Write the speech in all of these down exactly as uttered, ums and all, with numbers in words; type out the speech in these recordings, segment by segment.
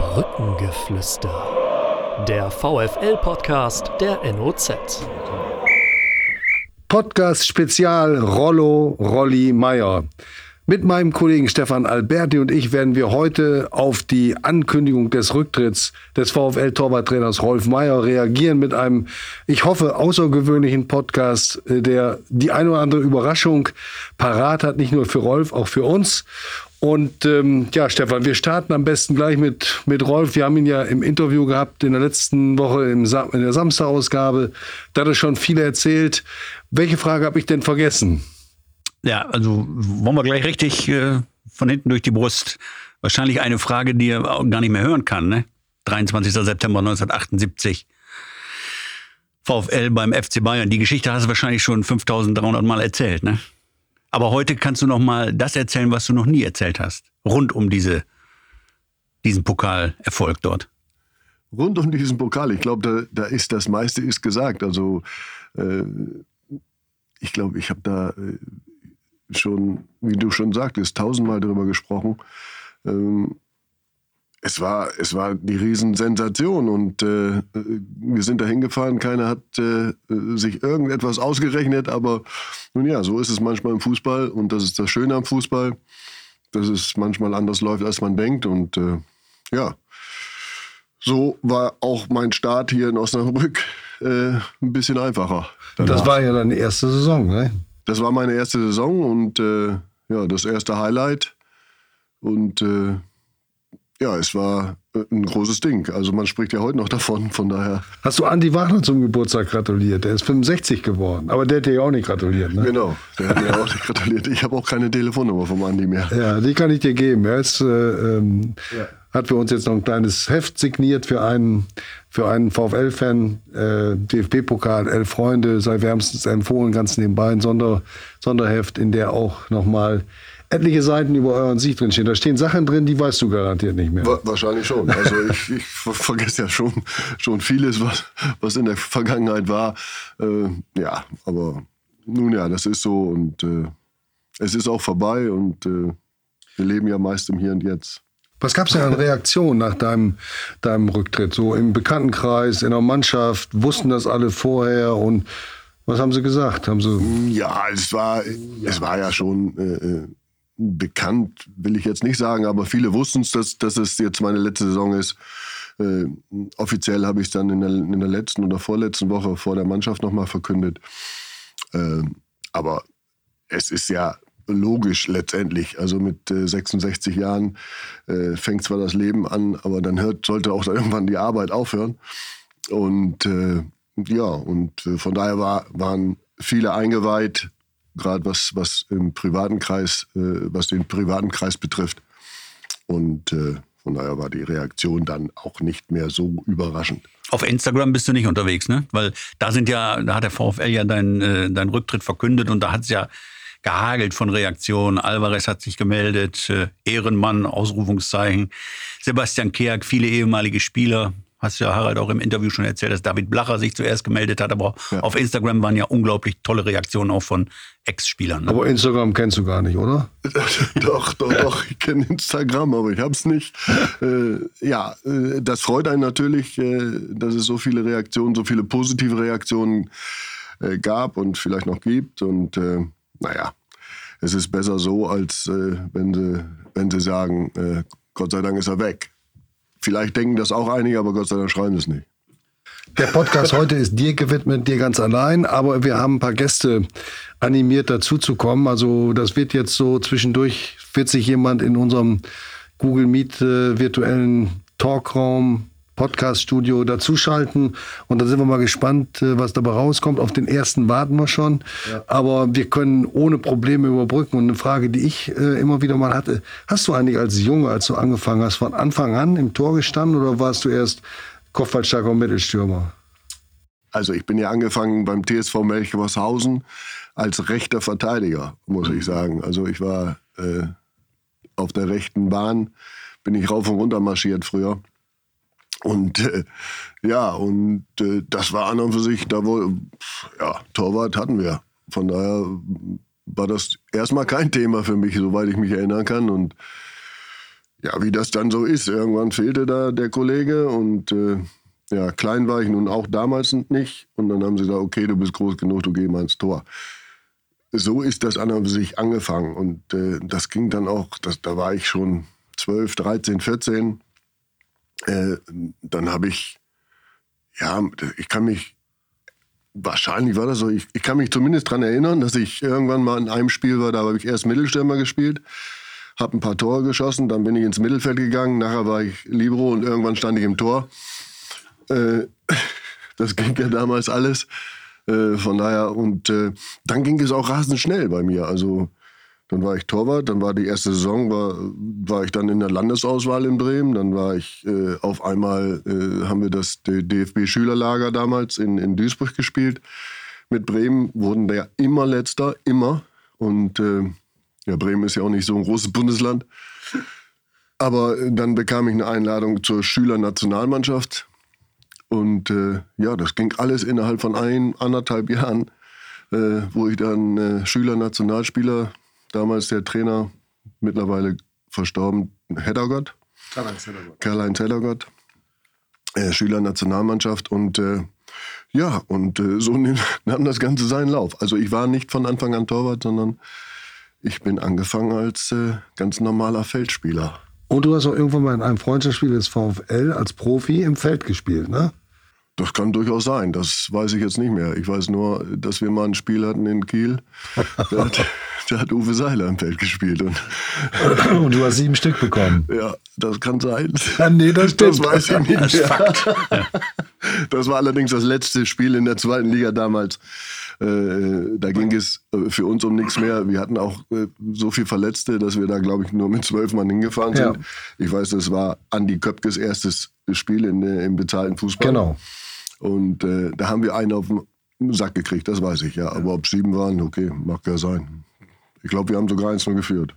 Brückengeflüster. Der VfL-Podcast der N O Z. Podcast Spezial Rollo Rolli Meier. Mit meinem Kollegen Stefan Alberti und ich werden wir heute auf die Ankündigung des Rücktritts des VfL-Torwarttrainers Rolf Meier reagieren mit einem, ich hoffe, außergewöhnlichen Podcast, der die eine oder andere Überraschung parat hat, nicht nur für Rolf, auch für uns. Und ähm, ja, Stefan, wir starten am besten gleich mit, mit Rolf. Wir haben ihn ja im Interview gehabt in der letzten Woche im Sa- in der Samstagausgabe. Da hat er schon viel erzählt. Welche Frage habe ich denn vergessen? Ja, also wollen wir gleich richtig äh, von hinten durch die Brust. Wahrscheinlich eine Frage, die er auch gar nicht mehr hören kann, ne? dreiundzwanzigster September neunzehnhundertachtundsiebzig. VfL beim F C Bayern. Die Geschichte hast du wahrscheinlich schon fünftausenddreihundert Mal erzählt, ne? Aber heute kannst du noch mal das erzählen, was du noch nie erzählt hast. Rund um diese, diesen Pokalerfolg dort. Rund um diesen Pokal. Ich glaube, da, da ist das meiste ist gesagt. Also äh, ich glaube, ich habe da äh, schon, wie du schon sagtest, tausendmal darüber gesprochen. Ähm, es war, es war die Riesensensation und äh, wir sind da hingefahren. Keiner hat äh, sich irgendetwas ausgerechnet, aber nun ja, so ist es manchmal im Fußball und das ist das Schöne am Fußball, dass es manchmal anders läuft, als man denkt und äh, ja, so war auch mein Start hier in Osnabrück äh, ein bisschen einfacher. Danach. Das war ja deine erste Saison, ne? Das war meine erste Saison und äh, ja, das erste Highlight. Und äh, ja, es war äh, ein großes Ding. Also man spricht ja heute noch davon, von daher. Hast du Andi Wagner zum Geburtstag gratuliert? Der ist fünfundsechzig geworden. Aber der hat dir ja auch nicht gratuliert, ne? Genau, der hat mir auch nicht gratuliert. Ich habe auch keine Telefonnummer vom Andi mehr. Ja, die kann ich dir geben. Er ist, äh, ähm, ja. hat für uns jetzt noch ein kleines Heft signiert für einen, für einen VfL-Fan. Äh, D F B-Pokal, elf Freunde, sei wärmstens empfohlen, ganz nebenbei ein Sonder, Sonderheft, in der auch nochmal etliche Seiten über euren Sieg drinstehen. Da stehen Sachen drin, die weißt du garantiert nicht mehr. Wahrscheinlich schon. Also ich, ich vergesse ja schon, schon vieles, was, was in der Vergangenheit war. Äh, ja, aber nun ja, das ist so und äh, es ist auch vorbei und äh, wir leben ja meist im Hier und Jetzt. Was gab es denn an Reaktionen nach deinem, deinem Rücktritt? So im Bekanntenkreis, in der Mannschaft, wussten das alle vorher und was haben sie gesagt? Haben sie ja, es war, ja. es war ja schon äh, bekannt, will ich jetzt nicht sagen, aber viele wussten es, dass, dass es jetzt meine letzte Saison ist. Äh, offiziell habe ich es dann in der, in der letzten oder vorletzten Woche vor der Mannschaft nochmal verkündet. Äh, aber es ist ja logisch letztendlich. Also mit äh, sechsundsechzig Jahren äh, fängt zwar das Leben an, aber dann hört, sollte auch irgendwann die Arbeit aufhören. Und äh, ja, und äh, von daher war, waren viele eingeweiht, gerade was, was im privaten Kreis, äh, was den privaten Kreis betrifft. Und äh, von daher war die Reaktion dann auch nicht mehr so überraschend. Auf Instagram bist du nicht unterwegs, ne? Weil da sind ja, da hat der VfL ja deinen äh, deinen Rücktritt verkündet und da hat es ja gehagelt von Reaktionen. Alvarez hat sich gemeldet, äh, Ehrenmann, Ausrufungszeichen. Sebastian Keag, viele ehemalige Spieler. Hast ja Harald auch im Interview schon erzählt, dass David Blacher sich zuerst gemeldet hat. Aber ja. Auf Instagram waren ja unglaublich tolle Reaktionen auch von Ex-Spielern. Ne? Aber Instagram kennst du gar nicht, oder? doch, doch, doch. Ich kenne Instagram, aber ich hab's nicht. äh, ja, äh, das freut einen natürlich, äh, dass es so viele Reaktionen, so viele positive Reaktionen äh, gab und vielleicht noch gibt. Und äh, naja, es ist besser so, als äh, wenn sie, wenn sie sagen, äh, Gott sei Dank ist er weg. Vielleicht denken das auch einige, aber Gott sei Dank schreiben sie es nicht. Der Podcast heute ist dir gewidmet, dir ganz allein, aber wir haben ein paar Gäste animiert, dazu zu kommen. Also das wird jetzt so zwischendurch, wird sich jemand in unserem Google Meet äh, virtuellen Talkraum, Podcast-Studio dazuschalten. Und da sind wir mal gespannt, äh, was dabei rauskommt. Auf den ersten warten wir schon. Ja. Aber wir können ohne Probleme überbrücken. Und eine Frage, die ich äh, immer wieder mal hatte, hast du eigentlich als Junge, als du angefangen hast, von Anfang an im Tor gestanden oder warst du erst kopfballstarker Mittelstürmer? Also ich bin ja angefangen beim T S V Melchworshausen als rechter Verteidiger, muss ich sagen. Also ich war äh, auf der rechten Bahn, bin ich rauf und runter marschiert früher. Und äh, ja, und äh, das war an und für sich, da wohl, ja, Torwart hatten wir. Von daher war das erstmal kein Thema für mich, soweit ich mich erinnern kann. Und Ja, wie das dann so ist. Irgendwann fehlte da der Kollege und äh, ja, klein war ich nun auch damals nicht. Und dann haben sie gesagt, okay, du bist groß genug, du geh mal ins Tor. So ist das an und für sich angefangen. Und äh, das ging dann auch, das, da war ich schon zwölf, dreizehn, vierzehn. Äh, dann habe ich, ja, ich kann mich, wahrscheinlich war das so, ich, ich kann mich zumindest daran erinnern, dass ich irgendwann mal in einem Spiel war, da habe ich erst Mittelstürmer gespielt. Habe ein paar Tore geschossen, dann bin ich ins Mittelfeld gegangen, nachher war ich Libero und irgendwann stand ich im Tor. Äh, das ging ja damals alles. Äh, von daher, und äh, dann ging es auch rasend schnell bei mir. Also dann war ich Torwart, dann war die erste Saison, war, war ich dann in der Landesauswahl in Bremen. Dann war ich äh, auf einmal, äh, haben wir das D F B-Schülerlager damals in, in Duisburg gespielt. Mit Bremen wurden wir ja immer Letzter, immer. Und äh, ja, Bremen ist ja auch nicht so ein großes Bundesland. Aber dann bekam ich eine Einladung zur Schülernationalmannschaft. Und äh, ja, das ging alles innerhalb von ein, anderthalb Jahren, äh, wo ich dann äh, Schülernationalspieler, damals der Trainer, mittlerweile verstorben, Heddergott. Karl-Heinz Heddergott. Karl-Heinz Heddergott. Äh, Schülernationalmannschaft. Und äh, ja, und äh, so nahm das Ganze seinen Lauf. Also ich war nicht von Anfang an Torwart, sondern ich bin angefangen als äh, ganz normaler Feldspieler. Und du hast auch irgendwann mal in einem Freundschaftsspiel des VfL als Profi im Feld gespielt, ne? Das kann durchaus sein, das weiß ich jetzt nicht mehr. Ich weiß nur, dass wir mal ein Spiel hatten in Kiel. Da hat, da hat Uwe Seiler im Feld gespielt. Und, und du hast sieben Stück bekommen. Ja, das kann sein. Ja, nee, das stimmt. Das weiß ich nicht mehr. Das ist Fakt. Das war allerdings das letzte Spiel in der zweiten Liga damals. Äh, da ging es für uns um nichts mehr. Wir hatten auch äh, so viel Verletzte, dass wir da, glaube ich, nur mit zwölf Mann hingefahren sind. Ja. Ich weiß, das war Andi Köpkes erstes Spiel in, äh, im bezahlten Fußball. Genau. Und äh, da haben wir einen auf den Sack gekriegt, das weiß ich, ja. Aber ob sieben waren, okay, mag ja sein. Ich glaube, wir haben sogar eins nur geführt.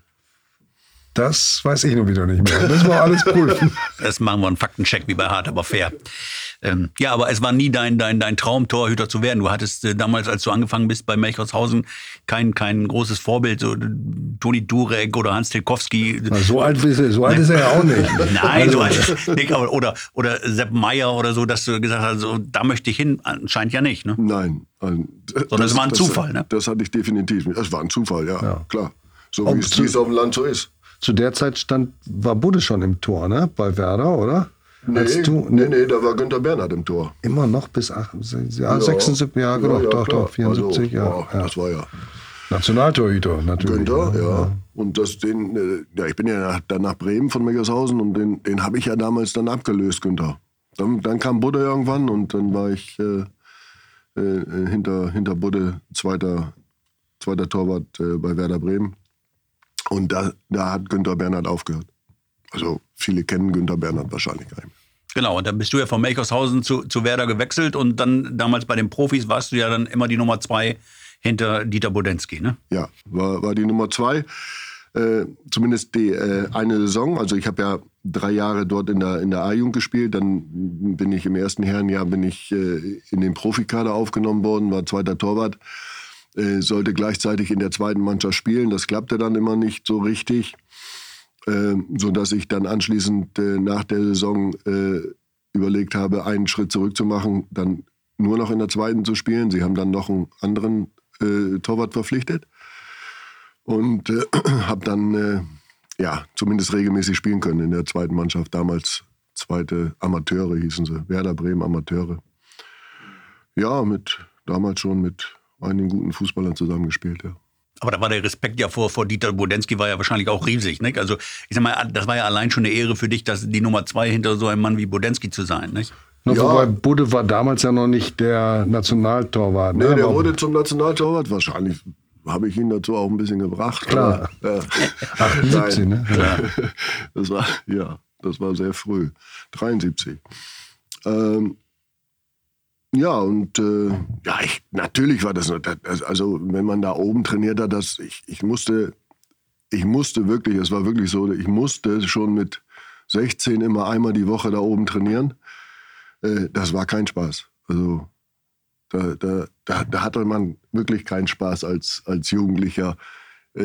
Das weiß ich nur wieder nicht mehr. Das war alles prüfen. Das machen wir einen Faktencheck wie bei Hart, aber fair. Ähm, ja, aber es war nie dein, dein, dein Traum, Torhüter zu werden. Du hattest äh, damals, als du angefangen bist bei Melchorshausen, kein, kein großes Vorbild, so Toni Durek oder Hans Tilkowski. Na, so alt ist er, so alt ist er ja auch nicht. Nein, so alt ist er nicht. Oder, oder Sepp Meier oder so, dass du gesagt hast, so, da möchte ich hin. Anscheinend ja nicht, ne? Nein. Also, Sondern es war ein das, Zufall, ne? Das hatte ich definitiv nicht. Es war ein Zufall, ja, ja. klar. So wie es, wie es auf dem Land so ist. Zu der Zeit stand, war Budde schon im Tor, ne? Bei Werder, oder? Nee, du, nee, nee, da war Günther Bernhard im Tor. Immer noch bis achtundsiebzig, ja, sechsundsiebzig, ja, genau, ja, ja, doch, doch, vierundsiebzig, also, ja, ja, ja. Das war ja. Nationaltorhüter, natürlich. Günther, ja. ja. Und das, den, ja, ich bin ja nach, dann nach Bremen von Melchorshausen und den, den habe ich ja damals dann abgelöst, Günther. Dann, dann kam Budde irgendwann und dann war ich äh, äh, hinter, hinter Budde zweiter, zweiter Torwart äh, bei Werder Bremen. Und da, da hat Günther Bernhard aufgehört. Also viele kennen Günther Bernhard wahrscheinlich gar nicht mehr. Genau, und dann bist du ja von Melchorshausen zu, zu Werder gewechselt und dann damals bei den Profis warst du ja dann immer die Nummer zwei hinter Dieter Bodensky, ne? Ja, war, war die Nummer zwei. Äh, zumindest die äh, eine Saison. Also ich habe ja drei Jahre dort in der, in der A-Jugend gespielt. Dann bin ich im ersten Herrenjahr bin ich, äh, in den Profikader aufgenommen worden, war zweiter Torwart. Äh, sollte gleichzeitig in der zweiten Mannschaft spielen. Das klappte dann immer nicht so richtig. Äh, sodass ich dann anschließend äh, nach der Saison äh, überlegt habe, einen Schritt zurück zu machen, dann nur noch in der zweiten zu spielen. Sie haben dann noch einen anderen äh, Torwart verpflichtet und äh, habe dann äh, ja, zumindest regelmäßig spielen können in der zweiten Mannschaft. Damals zweite Amateure hießen sie, Werder Bremen Amateure. Ja, mit damals schon mit einigen guten Fußballern zusammengespielt, ja. Aber da war der Respekt ja vor, vor Dieter Bodensky war ja wahrscheinlich auch riesig, nicht? Also ich sag mal, das war ja allein schon eine Ehre für dich, dass die Nummer zwei hinter so einem Mann wie Bodensky zu sein, nicht? Ja. Ja. Wobei Budde war damals ja noch nicht der Nationaltorwart. Nee, ne? der Aber wurde zum Nationaltorwart. Wahrscheinlich habe ich ihn dazu auch ein bisschen gebracht. Klar. Aber, äh, achtundsiebzig, ne? Klar. Das war, ja, das war sehr früh. dreiundsiebzig. Ähm, ja, und äh, ja, ich, natürlich war das, das, also wenn man da oben trainiert hat, das, ich, ich musste, ich musste wirklich, es war wirklich so, ich musste schon mit sechzehn immer einmal die Woche da oben trainieren. Äh, das war kein Spaß. Also da, da, da, da hatte man wirklich keinen Spaß als, als Jugendlicher, äh,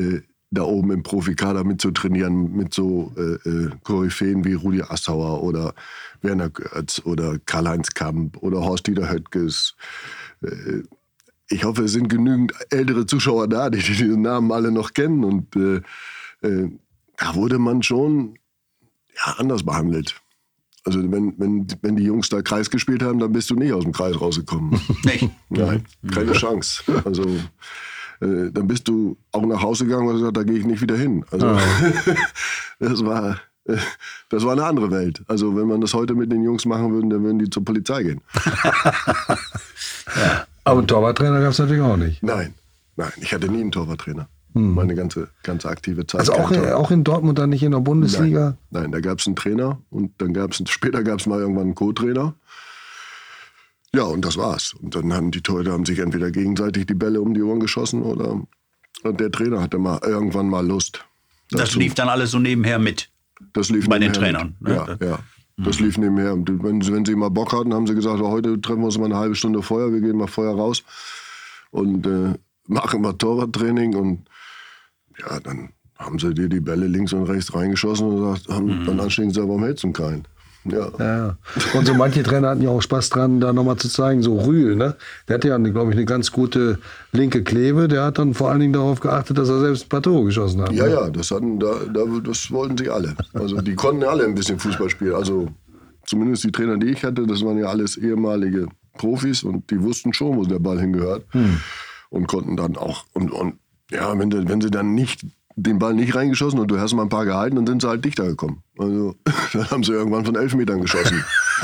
da oben im Profikader mitzutrainieren mit so äh, äh, Koryphäen wie Rudi Assauer oder Werner Götz oder Karl-Heinz Kamp oder Horst-Dieter Höttges. Äh, ich hoffe, es sind genügend ältere Zuschauer da, die diese Namen alle noch kennen. Und äh, äh, da wurde man schon ja, anders behandelt. Also wenn, wenn, wenn die Jungs da Kreis gespielt haben, dann bist du nicht aus dem Kreis rausgekommen. Nicht? Nein, keine Chance. Also äh, dann bist du auch nach Hause gegangen und gesagt, da gehe ich nicht wieder hin. Also Ah. das war äh, das war eine andere Welt. Also wenn man das heute mit den Jungs machen würde, dann würden die zur Polizei gehen. Aber einen Torwarttrainer gab es natürlich auch nicht. Nein, nein, ich hatte nie einen Torwarttrainer. Meine ganze, ganze aktive Zeit. Also auch, kein Torwart. auch in Dortmund dann nicht in der Bundesliga? Nein, nein, da gab es einen Trainer und dann gab es später gab es mal irgendwann einen Co-Trainer. Ja, und das war's. Und dann haben die Torhüter haben sich entweder gegenseitig die Bälle um die Ohren geschossen oder und der Trainer hatte mal irgendwann mal Lust. Das dazu. lief dann alles so nebenher mit. Das lief bei den nebenher Trainern, mit. ne? Ja, ja. Das lief nebenher. Und wenn, wenn sie mal Bock hatten, haben sie gesagt, heute treffen wir uns mal eine halbe Stunde vorher, wir gehen mal vorher raus und äh, machen mal Torwarttraining. Und ja, dann haben sie dir die Bälle links und rechts reingeschossen und gesagt, haben, mhm. dann anschließend gesagt, warum hältst du keinen? Ja. Ja. Und so manche Trainer hatten ja auch Spaß dran, da nochmal zu zeigen, so Rühl, ne? Der hatte ja, glaube ich, eine ganz gute linke Klebe. Der hat dann vor allen Dingen darauf geachtet, dass er selbst ein paar Tore geschossen hat. Ja, ne? ja, das, hatten, da, da, das wollten sie alle. Also die konnten alle ein bisschen Fußball spielen. Also zumindest die Trainer, die ich hatte, das waren ja alles ehemalige Profis und die wussten schon, wo der Ball hingehört. Hm. Und konnten dann auch, und, und ja, wenn, wenn sie dann nicht den Ball nicht reingeschossen und du hast mal ein paar gehalten, dann sind sie halt dichter gekommen. Also dann haben sie irgendwann von elf Metern geschossen.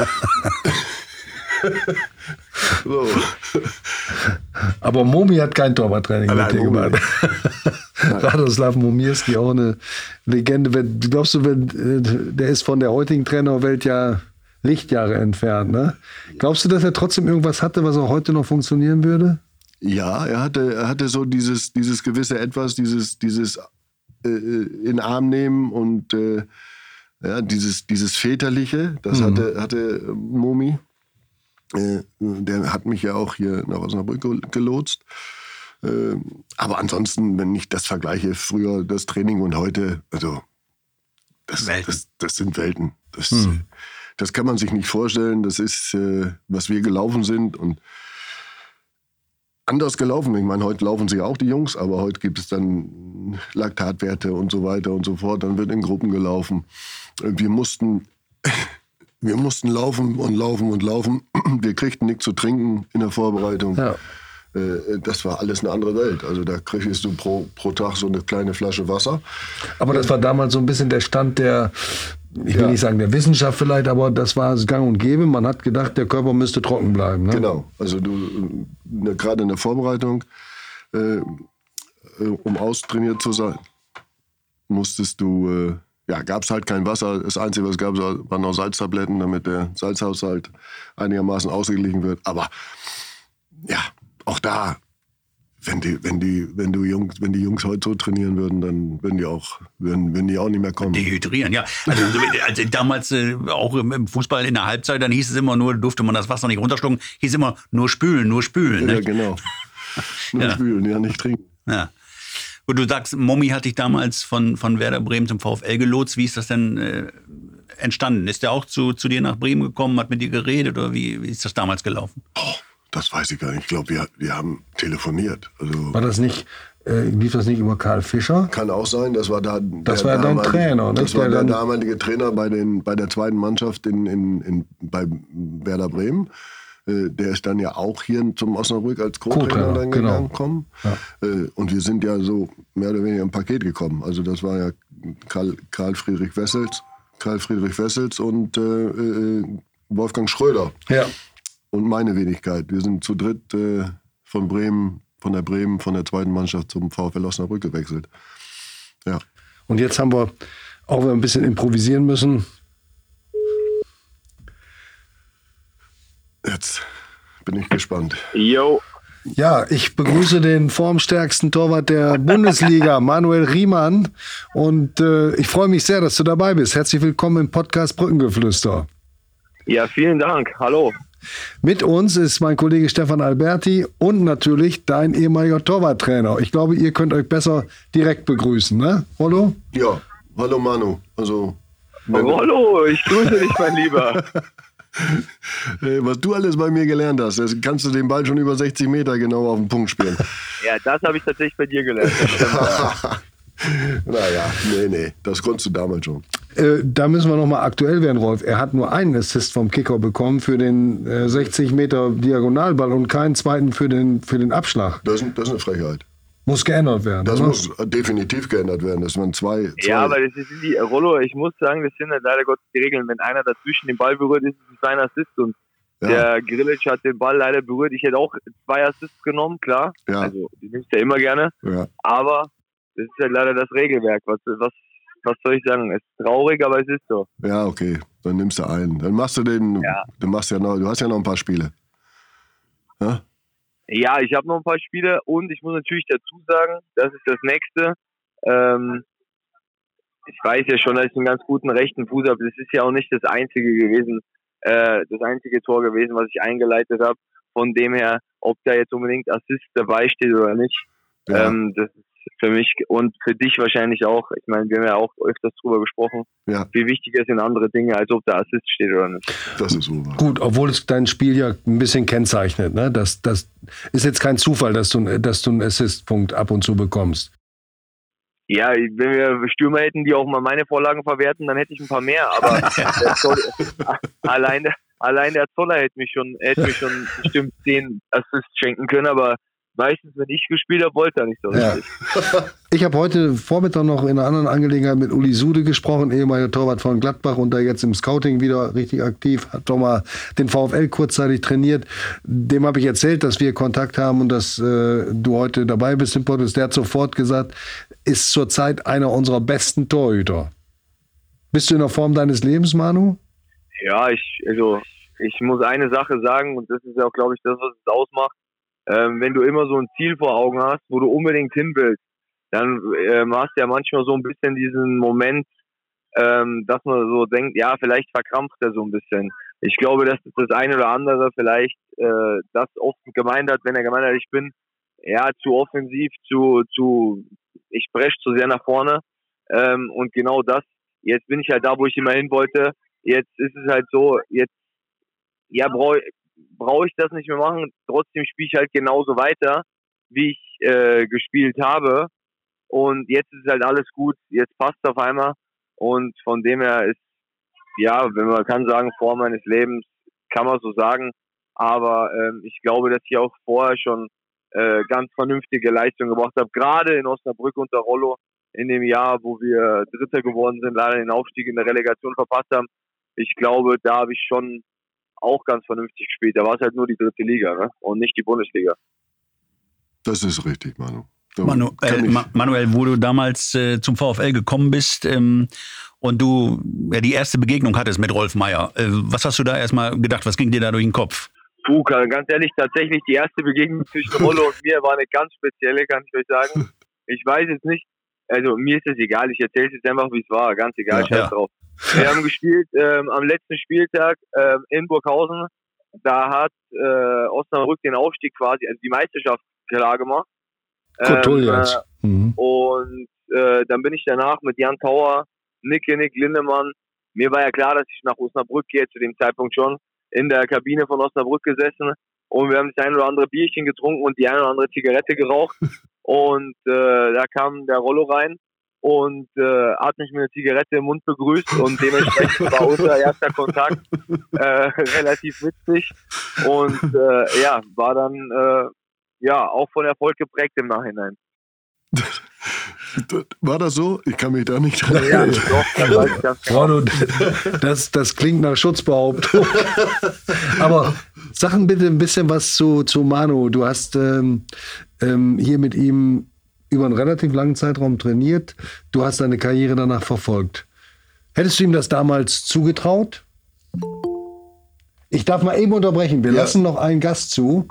So. Aber Momi hat kein Torwarttraining Nein, mit dir Momi. gemacht. Radoslav Momirski, auch eine Legende. Wenn, glaubst du, wenn, der ist von der heutigen Trainerwelt ja Lichtjahre entfernt, ne? Glaubst du, dass er trotzdem irgendwas hatte, was auch heute noch funktionieren würde? Ja, er hatte, er hatte so dieses, dieses gewisse Etwas, dieses, dieses äh, in den Arm nehmen und äh, ja, dieses, dieses Väterliche, das mhm. hatte, hatte Momi. Äh, der hat mich ja auch hier nach Osnabrück gelotst. Äh, aber ansonsten, wenn ich das vergleiche, früher das Training und heute, also das, das, das sind Welten. Das, mhm. das kann man sich nicht vorstellen. Das ist, äh, was wir gelaufen sind und anders gelaufen. Ich meine, heute laufen sie auch, die Jungs, aber heute gibt es dann Laktatwerte und so weiter und so fort. Dann wird in Gruppen gelaufen. Wir mussten, wir mussten laufen und laufen und laufen. Wir kriegten nichts zu trinken in der Vorbereitung. Ja. Das war alles eine andere Welt. Also da kriegst du pro, pro Tag so eine kleine Flasche Wasser. Aber das war damals so ein bisschen der Stand der, ich will ja. nicht sagen der Wissenschaft vielleicht, aber das war gang und gäbe. Man hat gedacht, der Körper müsste trocken bleiben. Ne? Genau. Also du, ne, gerade in der Vorbereitung, äh, um austrainiert zu sein, musstest du, äh, ja, gab es halt kein Wasser. Das Einzige, was es gab, waren noch Salztabletten, damit der Salzhaushalt einigermaßen ausgeglichen wird. Aber ja, auch da, wenn die, wenn die, wenn du Jungs, wenn die Jungs heute so trainieren würden, dann würden die auch, würden, würden die auch nicht mehr kommen. Dehydrieren, ja. Also, also damals äh, auch im Fußball in der Halbzeit, dann hieß es immer nur, durfte man das Wasser nicht runterschlucken, hieß immer nur spülen, nur spülen. Ja, ne? genau. Nur ja. spülen, ja, nicht trinken. Ja. Und du sagst, Momi hat dich damals von, von Werder Bremen zum VfL gelotst. Wie ist das denn äh, entstanden? Ist der auch zu, zu dir nach Bremen gekommen, hat mit dir geredet oder wie, wie ist das damals gelaufen? Oh. Das weiß ich gar nicht. Ich glaube, wir, wir haben telefoniert. Also war das nicht, äh, lief das nicht über Karl Fischer? Kann auch sein. Das war da. Das war dein Trainer, ne? Das war der, der damalige Trainer bei, den, bei der zweiten Mannschaft in, in, in, bei Werder Bremen. Äh, der ist dann ja auch hier zum Osnabrück als Co-Trainer, Co-Trainer dann genau. gegangen. Kommen. Ja. Äh, und wir sind ja so mehr oder weniger im Paket gekommen. Also das war ja Karl, Karl Friedrich Wessels, Karl Friedrich Wessels und äh, äh, Wolfgang Schröder. Ja. Und meine Wenigkeit. Wir sind zu dritt äh, von Bremen, von der Bremen, von der zweiten Mannschaft zum VfL Osnabrück gewechselt. Ja. Und jetzt haben wir, auch wenn wir ein bisschen improvisieren müssen. Jetzt bin ich gespannt. Jo. Ja, ich begrüße den formstärksten Torwart der Bundesliga, Manuel Riemann. Und äh, ich freue mich sehr, dass du dabei bist. Herzlich willkommen im Podcast Brückengeflüster. Ja, vielen Dank. Hallo. Mit uns ist mein Kollege Stefan Alberti und natürlich dein ehemaliger Torwarttrainer. Ich glaube, ihr könnt euch besser direkt begrüßen, ne, Rollo? Ja, hallo Manu. Also, Rollo, ich grüße dich, mein Lieber. Was du alles bei mir gelernt hast, das kannst du den Ball schon über sechzig Meter genau auf den Punkt spielen. Ja, das habe ich tatsächlich bei dir gelernt. Naja, nee, nee, das konntest du damals schon. Äh, da müssen wir nochmal aktuell werden, Rolf. Er hat nur einen Assist vom Kicker bekommen für den äh, sechzig Meter Diagonalball und keinen zweiten für den, für den Abschlag. Das, das ist eine Frechheit. Muss geändert werden. Das oder? muss definitiv geändert werden. Das waren zwei, zwei. Ja, aber das ist die Rollo, ich muss sagen, das sind halt leider Gottes die Regeln. Wenn einer dazwischen den Ball berührt, ist es sein Assist. Und ja. Der Grilic hat den Ball leider berührt. Ich hätte auch zwei Assists genommen, klar. Ja. Also, die nimmst du ja immer gerne. Ja. Aber das ist halt leider das Regelwerk. Was, was, was soll ich sagen? Es ist traurig, aber es ist so. Ja, okay. Dann nimmst du einen. Dann machst du den. Ja. Dann machst du ja noch. Du hast ja noch ein paar Spiele. Ja? Ja, ich habe noch ein paar Spiele und ich muss natürlich dazu sagen, das ist das Nächste. Ähm, ich weiß ja schon, dass ich einen ganz guten rechten Fuß habe. Das ist ja auch nicht das einzige gewesen, äh, das einzige Tor gewesen, was ich eingeleitet habe. Von dem her, ob da jetzt unbedingt Assist dabei steht oder nicht, ja. ähm, das ist für mich und für dich wahrscheinlich auch. Ich meine, wir haben ja auch öfters drüber gesprochen, ja. Wie wichtiger sind andere Dinge, als ob da Assist steht oder nicht. Das ist so. Gut, obwohl es dein Spiel ja ein bisschen kennzeichnet. Ne? Das, das ist jetzt kein Zufall, dass du, dass du einen Assistpunkt ab und zu bekommst. Ja, wenn wir Stürmer hätten, die auch mal meine Vorlagen verwerten, dann hätte ich ein paar mehr. Aber der Zoll, allein, der, allein der Zoller hätte mich schon, hätte mich schon bestimmt zehn Assists schenken können, aber meistens, wenn ich gespielt habe, wollte er nicht so richtig. Ja. Ich habe heute Vormittag noch in einer anderen Angelegenheit mit Uli Sude gesprochen, ehemaliger Torwart von Gladbach und da jetzt im Scouting wieder richtig aktiv, hat doch mal den VfL kurzzeitig trainiert. Dem habe ich erzählt, dass wir Kontakt haben und dass äh, du heute dabei bist im Podcast. Der hat sofort gesagt, ist zurzeit einer unserer besten Torhüter. Bist du in der Form deines Lebens, Manu? Ja, ich, also, ich muss eine Sache sagen und das ist ja auch, glaube ich, das, was es ausmacht. Ähm, wenn du immer so ein Ziel vor Augen hast, wo du unbedingt hin willst, dann ähm, hast du ja manchmal so ein bisschen diesen Moment, ähm, dass man so denkt, ja, vielleicht verkrampft er so ein bisschen. Ich glaube, dass das eine oder andere vielleicht äh, das oft gemeint hat, wenn er gemeint hat, ich bin ja zu offensiv, zu, zu ich breche zu sehr nach vorne. Ähm, und genau das, jetzt bin ich halt da, wo ich immer hin wollte. Jetzt ist es halt so, jetzt ja, brauche brauche ich das nicht mehr machen, trotzdem spiele ich halt genauso weiter, wie ich äh, gespielt habe und jetzt ist halt alles gut, jetzt passt es auf einmal und von dem her ist, ja, wenn man kann sagen, Form meines Lebens, kann man so sagen, aber ähm, ich glaube, dass ich auch vorher schon äh, ganz vernünftige Leistungen gebracht habe, gerade in Osnabrück unter Rollo, in dem Jahr, wo wir Dritter geworden sind, leider den Aufstieg in der Relegation verpasst haben. Ich glaube, da habe ich schon auch ganz vernünftig gespielt. Da war es halt nur die dritte Liga, ne? Und nicht die Bundesliga. Das ist richtig, Manu. Manu äh, Ma- Manuel, wo du damals äh, zum VfL gekommen bist ähm, und du ja, die erste Begegnung hattest mit Rolf Meier, äh, was hast du da erstmal gedacht? Was ging dir da durch den Kopf? Puh, ganz ehrlich, tatsächlich die erste Begegnung zwischen Rollo und mir war eine ganz spezielle, kann ich euch sagen. Ich weiß jetzt nicht, also mir ist es egal, ich erzähle es jetzt einfach, wie es war, ganz egal, ja, scheiß ja. drauf. Wir haben gespielt ähm, am letzten Spieltag ähm, in Burghausen. Da hat äh, Osnabrück den Aufstieg quasi, also die Meisterschaft klar gemacht. Ähm, jetzt. Äh, mhm. Und äh, dann bin ich danach mit Jan Tauer, Nicke, Nick Lindemann. Mir war ja klar, dass ich nach Osnabrück gehe, zu dem Zeitpunkt schon, in der Kabine von Osnabrück gesessen. Und wir haben das ein oder andere Bierchen getrunken und die eine oder andere Zigarette geraucht. Und äh, da kam der Rollo rein und äh, hat mich mit einer Zigarette im Mund begrüßt und dementsprechend war unser erster Kontakt äh, relativ witzig und äh, ja, war dann äh, ja auch von Erfolg geprägt im Nachhinein. War das so? Ich kann mich da nicht dran erinnern. Ja, doch, das weiß ich ganz genau. Das, das klingt nach Schutzbehauptung. Aber sag bitte ein bisschen was zu, zu Manu. Du hast ähm, ähm, hier mit ihm über einen relativ langen Zeitraum trainiert. Du hast seine Karriere danach verfolgt. Hättest du ihm das damals zugetraut? Ich darf mal eben unterbrechen. Wir ja. lassen noch einen Gast zu.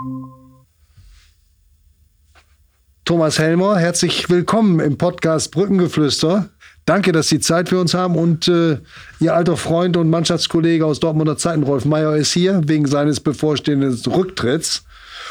Thomas Helmer, herzlich willkommen im Podcast Brückengeflüster. Danke, dass Sie Zeit für uns haben. Und äh, Ihr alter Freund und Mannschaftskollege aus Dortmunder Zeiten, Rolf Meier, ist hier wegen seines bevorstehenden Rücktritts.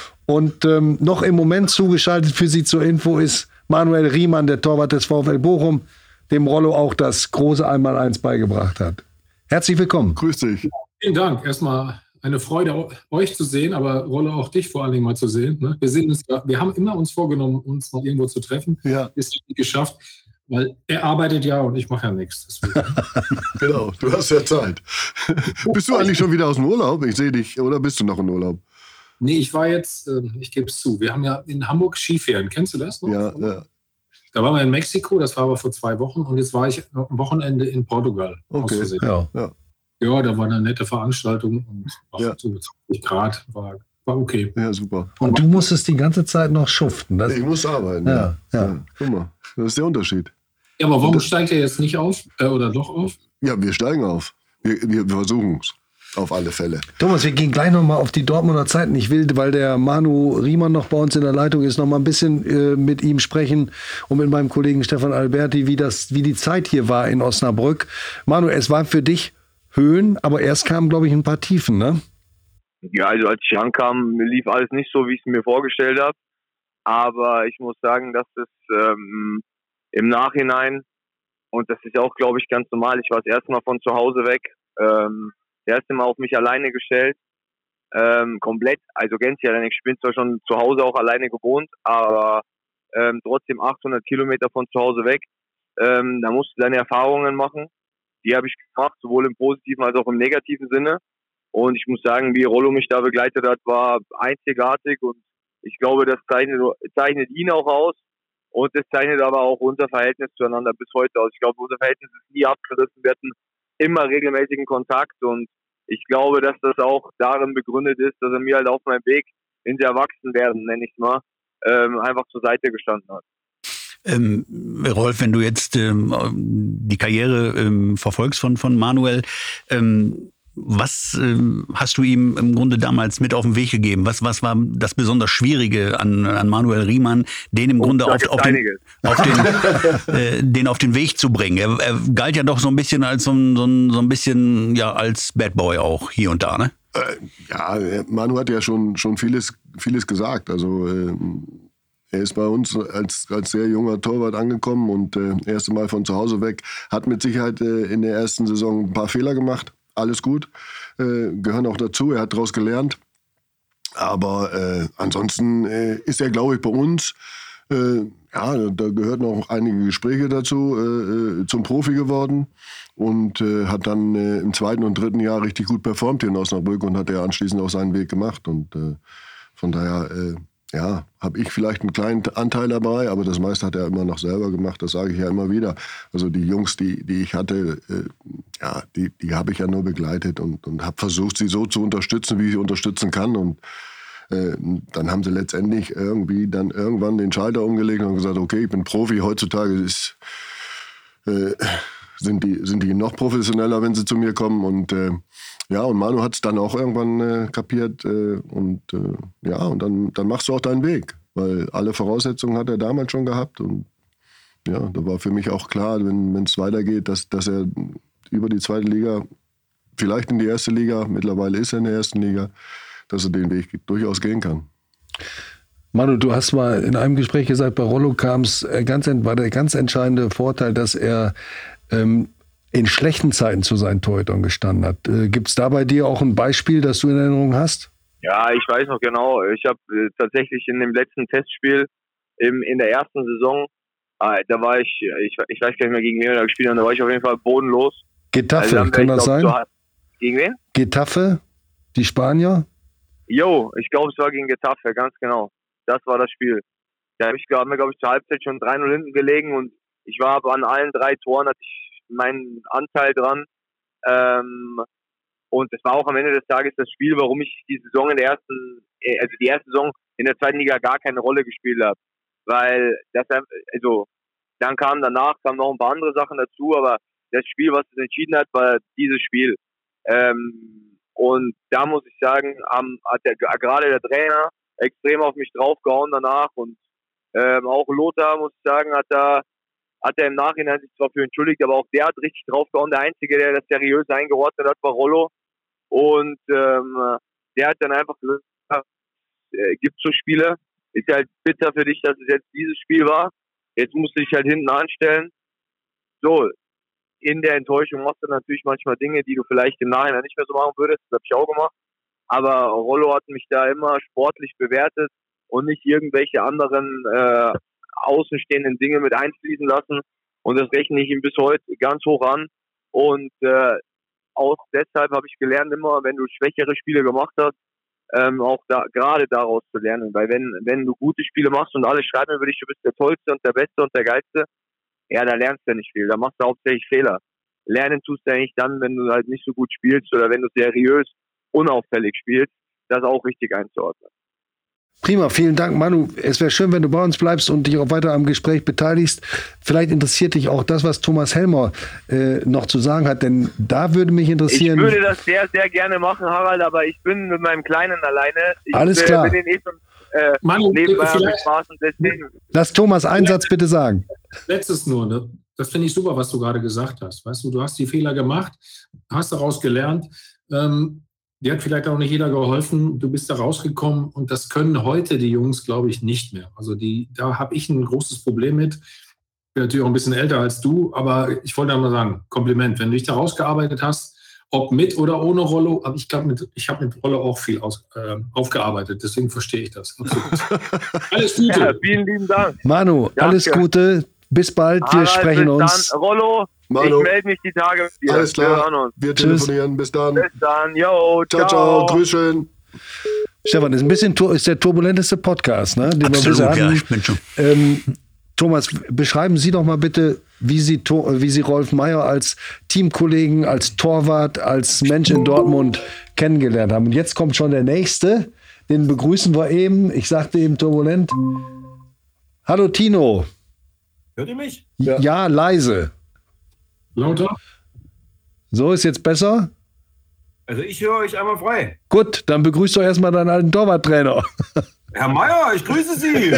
Und ähm, noch im Moment zugeschaltet für Sie zur Info ist Manuel Riemann, der Torwart des VfL Bochum, dem Rollo auch das große Einmaleins beigebracht hat. Herzlich willkommen. Grüß dich. Vielen Dank. Erstmal eine Freude, euch zu sehen, aber Rollo, auch dich vor allen Dingen mal zu sehen. Ne? Wir, sehen uns, wir haben immer uns vorgenommen, uns mal irgendwo zu treffen. Ja. Ist nicht geschafft, weil er arbeitet ja und ich mache ja nichts. Genau, du hast ja Zeit. Bist du eigentlich schon wieder aus dem Urlaub? Ich sehe dich. Oder bist du noch im Urlaub? Nee, ich war jetzt, ich gebe es zu, wir haben ja in Hamburg Skiferien. Kennst du das noch? Ja, ja. Da waren wir in Mexiko, das war aber vor zwei Wochen. Und jetzt war ich am Wochenende in Portugal. Okay, ja. ja. Ja, da war eine nette Veranstaltung und ach, Ja. so zwanzig Grad war, war okay. Ja, super. Und du musstest die ganze Zeit noch schuften. Das, Ich muss arbeiten. Ja, ja. Guck mal, das ist der Unterschied. Ja, aber warum steigt er jetzt nicht auf? Äh, oder doch auf? Ja, wir steigen auf. Wir, wir versuchen es. Auf alle Fälle. Thomas, wir gehen gleich nochmal auf die Dortmunder Zeiten. Ich will, weil der Manu Riemann noch bei uns in der Leitung ist, noch mal ein bisschen äh, mit ihm sprechen und mit meinem Kollegen Stefan Alberti, wie, das, wie die Zeit hier war in Osnabrück. Manu, es war für dich Höhen, aber erst kamen, glaube ich, ein paar Tiefen, ne? Ja, also als ich ankam, lief alles nicht so, wie ich es mir vorgestellt habe. Aber ich muss sagen, dass es ähm, im Nachhinein, und das ist ja auch, glaube ich, ganz normal, ich war das erste Mal von zu Hause weg, ähm, das erste Mal auf mich alleine gestellt, ähm, komplett, also gänzlich alleine. Ich bin zwar schon zu Hause auch alleine gewohnt, aber ähm, trotzdem achthundert Kilometer von zu Hause weg. Ähm, da musst du deine Erfahrungen machen. Die habe ich gemacht, sowohl im positiven als auch im negativen Sinne. Und ich muss sagen, wie Rollo mich da begleitet hat, war einzigartig. Und ich glaube, das zeichnet, zeichnet ihn auch aus. Und das zeichnet aber auch unser Verhältnis zueinander bis heute aus. Ich glaube, unser Verhältnis ist nie abgerissen. Wir hatten immer regelmäßigen Kontakt. Und ich glaube, dass das auch darin begründet ist, dass er mir halt auf meinem Weg ins Erwachsenwerden, nenne ich es mal, ähm, einfach zur Seite gestanden hat. Ähm, Rolf, wenn du jetzt ähm, die Karriere ähm, verfolgst von, von Manuel, ähm, was ähm, hast du ihm im Grunde damals mit auf den Weg gegeben? Was, was war das besonders Schwierige an, an Manuel Riemann, den im Und Grunde da auf, gibt's auf, den, einiges. auf, den, äh, den auf den Weg zu bringen? Er, er galt ja doch so ein bisschen als so ein, so ein, so ein bisschen ja als Bad Boy auch hier und da, ne? Äh, ja, Manu hat ja schon, schon vieles, vieles gesagt. Also äh, er ist bei uns als, als sehr junger Torwart angekommen und äh, erste Mal von zu Hause weg. Hat mit Sicherheit äh, in der ersten Saison ein paar Fehler gemacht. Alles gut, äh, gehören auch dazu. Er hat daraus gelernt. Aber äh, ansonsten äh, ist er, glaube ich, bei uns, äh, ja, da gehörten auch einige Gespräche dazu, äh, zum Profi geworden. Und äh, hat dann äh, im zweiten und dritten Jahr richtig gut performt hier in Osnabrück und hat er anschließend auch seinen Weg gemacht. Und äh, von daher, äh, ja, habe ich vielleicht einen kleinen Anteil dabei, aber das meiste hat er immer noch selber gemacht, das sage ich ja immer wieder. Also die Jungs, die, die ich hatte, äh, ja, die, die habe ich ja nur begleitet und, und habe versucht, sie so zu unterstützen, wie ich sie unterstützen kann. Und äh, dann haben sie letztendlich irgendwie dann irgendwann den Schalter umgelegt und gesagt, okay, ich bin Profi, heutzutage ist... Äh, sind die, sind die noch professioneller, wenn sie zu mir kommen. Und äh, ja, und Manu hat es dann auch irgendwann äh, kapiert. Äh, und äh, ja, und dann, dann machst du auch deinen Weg. Weil alle Voraussetzungen hat er damals schon gehabt. Und ja, da war für mich auch klar, wenn es weitergeht, dass, dass er über die zweite Liga, vielleicht in die erste Liga, mittlerweile ist er in der ersten Liga, dass er den Weg durchaus gehen kann. Manu, du hast mal in einem Gespräch gesagt, bei Rollo kam's ganz, war der ganz entscheidende Vorteil, dass er ähm, in schlechten Zeiten zu seinen Torhütern gestanden hat. Äh, Gibt es da bei dir auch ein Beispiel, das du in Erinnerung hast? Ja, ich weiß noch genau. Ich habe äh, tatsächlich in dem letzten Testspiel im, in der ersten Saison, äh, da war ich, ich, ich weiß gar nicht mehr, gegen wen wir da gespielt haben, da war ich auf jeden Fall bodenlos. Getafe, Also, kann das sein? So, gegen wen? Getafe, die Spanier? Jo, ich glaube, es war gegen Getafe, ganz genau. Das war das Spiel. Da habe ich, glaube glaub ich, zur Halbzeit schon drei null hinten gelegen und ich war aber an allen drei Toren, hatte ich meinen Anteil dran. Ähm, und es war auch am Ende des Tages das Spiel, warum ich die Saison in der ersten, also die erste Saison in der zweiten Liga gar keine Rolle gespielt habe. Weil das, also, dann kam danach, kamen noch ein paar andere Sachen dazu, aber das Spiel, was es entschieden hat, war dieses Spiel. Ähm, und da muss ich sagen, haben, hat der, gerade der Trainer extrem auf mich draufgehauen danach und ähm, auch Lothar, muss ich sagen, hat da hat er im Nachhinein sich zwar für entschuldigt, aber auch der hat richtig draufgehauen. Der Einzige, der das seriös eingeordnet hat, war Rollo. Und ähm, der hat dann einfach gesagt, äh, gibt so Spiele, ist halt bitter für dich, dass es jetzt dieses Spiel war. Jetzt musst du dich halt hinten anstellen. So, in der Enttäuschung machst du natürlich manchmal Dinge, die du vielleicht im Nachhinein nicht mehr so machen würdest. Das habe ich auch gemacht. Aber Rollo hat mich da immer sportlich bewertet und nicht irgendwelche anderen äh, außenstehenden Dinge mit einfließen lassen. Und das rechne ich ihm bis heute ganz hoch an. Und äh, auch deshalb habe ich gelernt, immer, wenn du schwächere Spiele gemacht hast, ähm, auch da gerade daraus zu lernen. Weil wenn wenn du gute Spiele machst und alle schreiben über dich, du bist der Tollste und der Beste und der Geilste, ja, da lernst du ja nicht viel. Da machst du hauptsächlich Fehler. Lernen tust du eigentlich dann, wenn du halt nicht so gut spielst oder wenn du seriös, unauffällig spielst, das auch richtig einzuordnen. Prima, vielen Dank, Manu. Es wäre schön, wenn du bei uns bleibst und dich auch weiter am Gespräch beteiligst. Vielleicht interessiert dich auch das, was Thomas Helmer äh, noch zu sagen hat, denn da würde mich interessieren... Ich würde das sehr, sehr gerne machen, Harald, aber ich bin mit meinem Kleinen alleine. Ich Alles klar. bin eh schon äh, Manu, nebenbei am vielleicht- Spaßen, deswegen... Lass Thomas einen Satz bitte sagen. Letztes nur, ne? Das finde ich super, was du gerade gesagt hast. Weißt du, du hast die Fehler gemacht, hast daraus gelernt. Ähm, dir hat vielleicht auch nicht jeder geholfen. Du bist da rausgekommen und das können heute die Jungs, glaube ich, nicht mehr. Also die, da habe ich ein großes Problem mit. Ich bin natürlich auch ein bisschen älter als du, aber ich wollte mal sagen, Kompliment. Wenn du dich da rausgearbeitet hast, ob mit oder ohne Rollo, aber ich glaube, ich habe mit Rollo auch viel aus, äh, aufgearbeitet. Deswegen verstehe ich das. Absolut. Alles Gute. Ja, vielen lieben Dank. Manu, Danke. alles Gute. Bis bald. Wir Harald, sprechen bis uns. Dann. Rollo, Manu. ich melde mich die Tage mit dir. Alles Wir klar. hören uns. Wir Tschüss. telefonieren. Bis dann. Bis dann. Yo, Ciao, ciao. Grüß schön. Stefan, ist ein bisschen tur- ist der turbulenteste Podcast, ne? Den Absolut, wir bisher ja, hatten. ich bin schon. Ähm, Thomas, beschreiben Sie doch mal bitte, wie Sie, To- wie Sie Rolf Meier als Teamkollegen, als Torwart, als Mensch in Dortmund kennengelernt haben. Und jetzt kommt schon der Nächste. Den begrüßen wir eben. Ich sagte eben turbulent. Hallo Tino. Hört ihr mich? Ja, ja, leise. Lauter? So, ist jetzt besser? Also ich höre euch einmal frei. Gut, dann begrüßt doch erstmal deinen alten Torwarttrainer. Herr Meier, ich grüße Sie.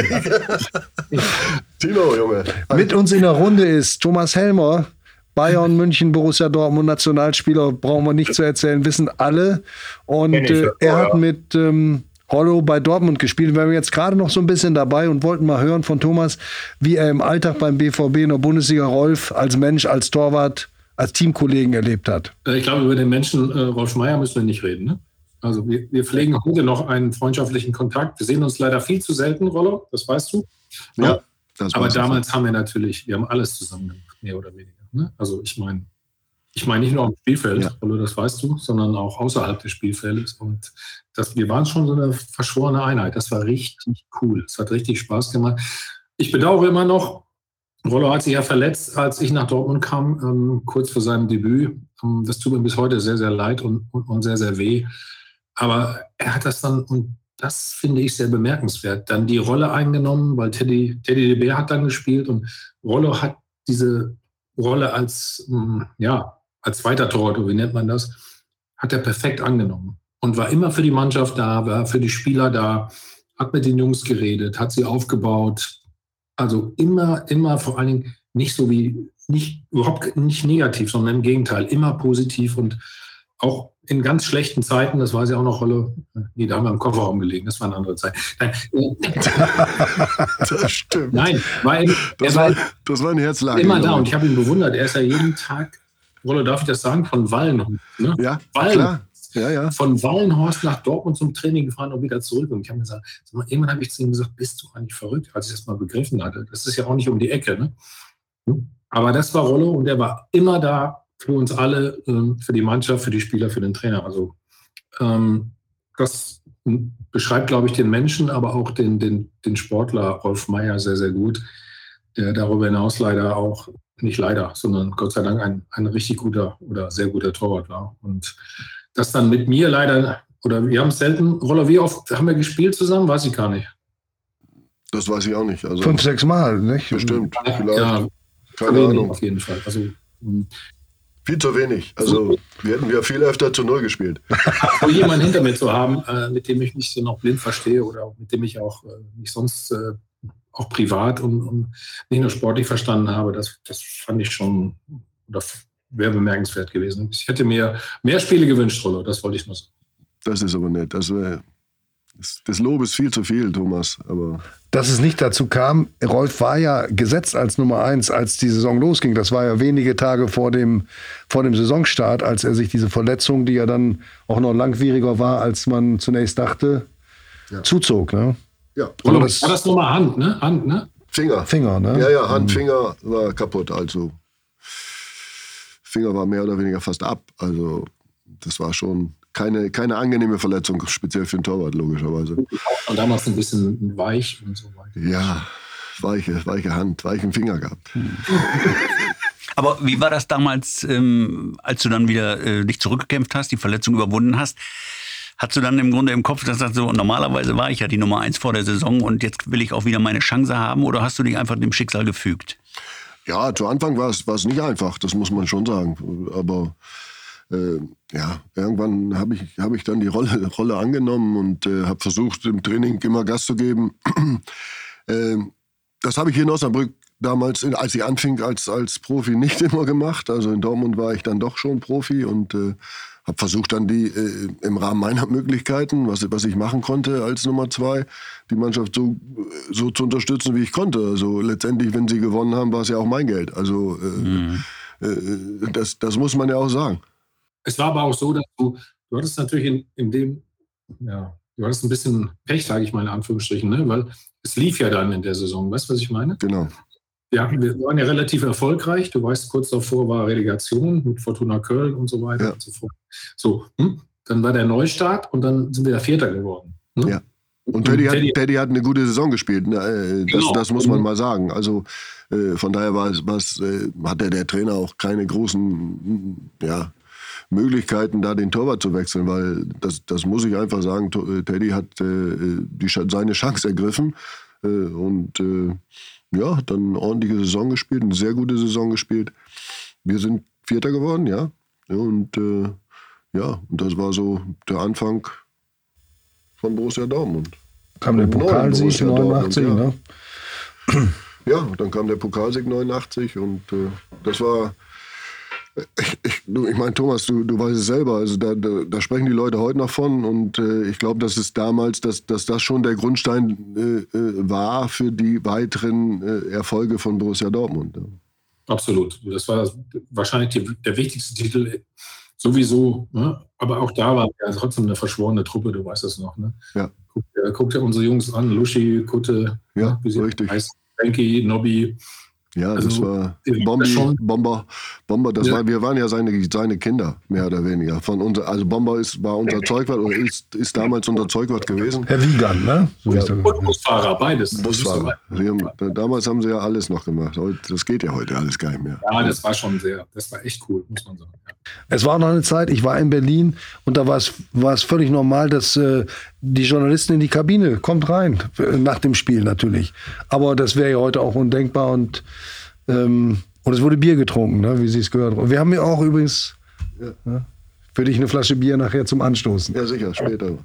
Tino, Junge. Mit uns in der Runde ist Thomas Helmer, Bayern, München, Borussia Dortmund, Nationalspieler, brauchen wir nicht zu erzählen, wissen alle. Und Kenn ich, äh, ja. er Oh, hat ja. mit ähm, Rollo bei Dortmund gespielt. Wir waren jetzt gerade noch so ein bisschen dabei und wollten mal hören von Thomas, wie er im Alltag beim B V B in der Bundesliga Rolf als Mensch, als Torwart, als Teamkollegen erlebt hat. Äh, Ich glaube, über den Menschen äh, Rolf Meier müssen wir nicht reden. Ne? Also wir, wir pflegen heute noch einen freundschaftlichen Kontakt. Wir sehen uns leider viel zu selten, Rollo, das weißt du. Ja, das Aber weiß ich. damals haben wir natürlich, wir haben alles zusammen gemacht, mehr oder weniger. Ne? Also ich meine, ich meine nicht nur am Spielfeld, Ja. Rollo, das weißt du, sondern auch außerhalb des Spielfeldes. Und das, wir waren schon so eine verschworene Einheit. Das war richtig cool. Es hat richtig Spaß gemacht. Ich bedauere immer noch, Rollo hat sich ja verletzt, als ich nach Dortmund kam, ähm, kurz vor seinem Debüt. Ähm, das tut mir bis heute sehr, sehr leid und, und, und sehr, sehr weh. Aber er hat das dann, und das finde ich sehr bemerkenswert, dann die Rolle eingenommen, weil Teddy, Teddy de Beer hat dann gespielt und Rollo hat diese Rolle als, mh, ja, als zweiter Torhüter, wie nennt man das, hat er perfekt angenommen und war immer für die Mannschaft da, war für die Spieler da, hat mit den Jungs geredet, hat sie aufgebaut. Also immer, immer vor allen Dingen nicht so wie, nicht, überhaupt nicht negativ, sondern im Gegenteil, immer positiv und auch in ganz schlechten Zeiten, das weiß ich auch noch, Rolle, nee, da haben wir im Kofferraum gelegen, das war eine andere Zeit. Nein, Das stimmt. nein war eben, Das er war, war das war ein Herzlagen. immer da und ich habe ihn bewundert. Er ist ja jeden Tag, Rolle, darf ich das sagen, von Wallenhorst, ne? Ja, Wallen, klar. Ja, ja. von Wallenhorst nach Dortmund zum Training gefahren und wieder zurück. Und ich habe mir gesagt, sag mal, irgendwann habe ich zu ihm gesagt, bist du eigentlich verrückt, als ich das mal begriffen hatte. Das ist ja auch nicht um die Ecke. Ne? Aber das war Rollo und der war immer da für uns alle, ähm, für die Mannschaft, für die Spieler, für den Trainer. Also ähm, das beschreibt, glaube ich, den Menschen, aber auch den, den, den Sportler Rolf Meier sehr, sehr gut, der darüber hinaus leider auch, nicht leider, sondern Gott sei Dank ein, ein richtig guter oder sehr guter Torwart war. Und das dann mit mir leider, oder wir haben es selten, Roller, wie oft haben wir gespielt zusammen? Weiß ich gar nicht. Das weiß ich auch nicht. Also Fünf, sechs Mal, nicht? bestimmt. Vielleicht. Ja, Keine wenig Ahnung. auf jeden Fall. Also, mh, Viel zu wenig. Also wir hätten ja viel öfter zu Null gespielt. so jemanden hinter mir zu haben, äh, mit dem ich mich so noch blind verstehe oder mit dem ich auch äh, mich sonst äh, auch privat und, und nicht nur sportlich verstanden habe, das, das fand ich schon, oder wäre bemerkenswert gewesen. Ich hätte mir mehr Spiele gewünscht, Rollo, das wollte ich nur sagen. Das ist aber nett. Das, wär, das, das Lob ist viel zu viel, Thomas. Aber Dass es nicht dazu kam, Rolf war ja gesetzt als Nummer eins, als die Saison losging. Das war ja wenige Tage vor dem, vor dem Saisonstart, als er sich diese Verletzung, die ja dann auch noch langwieriger war, als man zunächst dachte, ja. zuzog. Ne? Ja. Rollo, das, war das Nummer Hand, ne? Hand, ne? Finger. Finger, ne? Ja, ja, Hand, Finger war kaputt. Also Finger war mehr oder weniger fast ab. Also das war schon keine, keine angenehme Verletzung, speziell für den Torwart, logischerweise. Und damals ein bisschen weich und so weiter. Ja, weiche, weiche Hand, weichen Finger gehabt. Aber wie war das damals, ähm, als du dann wieder äh, dich zurückgekämpft hast, die Verletzung überwunden hast? Hast du dann im Grunde im Kopf, dass das so, normalerweise war ich ja die Nummer eins vor der Saison und jetzt will ich auch wieder meine Chance haben, oder hast du dich einfach dem Schicksal gefügt? Ja, zu Anfang war es, war es nicht einfach, das muss man schon sagen. Aber äh, ja, irgendwann habe ich, hab ich dann die Rolle, Rolle angenommen und äh, habe versucht, im Training immer Gas zu geben. äh, das habe ich hier in Osnabrück damals, als ich anfing als, als Profi, nicht immer gemacht. Also in Dortmund war ich dann doch schon Profi und äh, habe versucht dann die äh, im Rahmen meiner Möglichkeiten, was, was ich machen konnte als Nummer zwei, die Mannschaft so, so zu unterstützen, wie ich konnte. Also letztendlich, wenn sie gewonnen haben, war es ja auch mein Geld. Also äh, mhm. äh, das, das muss man ja auch sagen. Es war aber auch so, dass du, du hattest natürlich in, in dem, ja, du hattest ein bisschen Pech, sage ich mal in Anführungsstrichen, ne? Weil es lief ja dann in der Saison. Weißt du, was ich meine? Genau. Ja, wir waren ja relativ erfolgreich. Du weißt, kurz davor war Relegation mit Fortuna Köln und so weiter ja. und so fort. So, hm? Dann war der Neustart und dann sind wir der Vierter geworden. Hm? Ja. Und Teddy, Teddy, hat, Teddy hat eine gute Saison gespielt. Das, genau. das muss man mal sagen. Also äh, von daher war es, was, äh, hatte der Trainer auch keine großen ja, Möglichkeiten, da den Torwart zu wechseln, weil das, das muss ich einfach sagen. Teddy hat äh, die, seine Chance ergriffen äh, und äh, ja, hat dann eine ordentliche Saison gespielt, eine sehr gute Saison gespielt. Wir sind Vierter geworden, ja. Und äh, ja, und das war so der Anfang von Borussia Dortmund. Kam der Pokalsieg neunundachtzig, Dortmund, ja. ne? Ja, und dann kam der Pokalsieg neunundachtzig und äh, das war, ich, ich, ich meine, Thomas, du, du weißt es selber, also da, da, da sprechen die Leute heute noch von und äh, ich glaube, dass es damals, dass, dass das schon der Grundstein äh, war für die weiteren äh, Erfolge von Borussia Dortmund. Ja. Absolut. Das war wahrscheinlich die, der wichtigste Titel sowieso, ne? Aber auch da war ja trotzdem eine verschworene Truppe, du weißt das noch. Ne? Ja. Guck, äh, guck dir unsere Jungs an, Luschi, Kutte, ja, wie sie richtig. heißt, Frankie, Nobby. Ja, also, das war Bombi, Bomber, Bomber, das ja. war, wir waren ja seine, seine Kinder, mehr oder weniger. Von unser, also Bomber ist, war unser Zeugwart oder ist, ist damals unser Zeugwart gewesen. Herr Wiegand, ne? So ja. Und Busfahrer, beides. Busfahrer. Haben, damals haben sie ja alles noch gemacht. Das geht ja heute alles gar nicht mehr. Ja, das war schon sehr, das war echt cool, muss man sagen. Ja. Es war noch eine Zeit, ich war in Berlin und da war es, war es völlig normal, dass äh, die Journalisten in die Kabine, kommt rein, nach dem Spiel natürlich. Aber das wäre ja heute auch undenkbar und Ähm, und es wurde Bier getrunken, ne, wie Sie es gehört haben. Wir haben ja auch übrigens ja. Ne, für dich eine Flasche Bier nachher zum Anstoßen. Ja, sicher, später.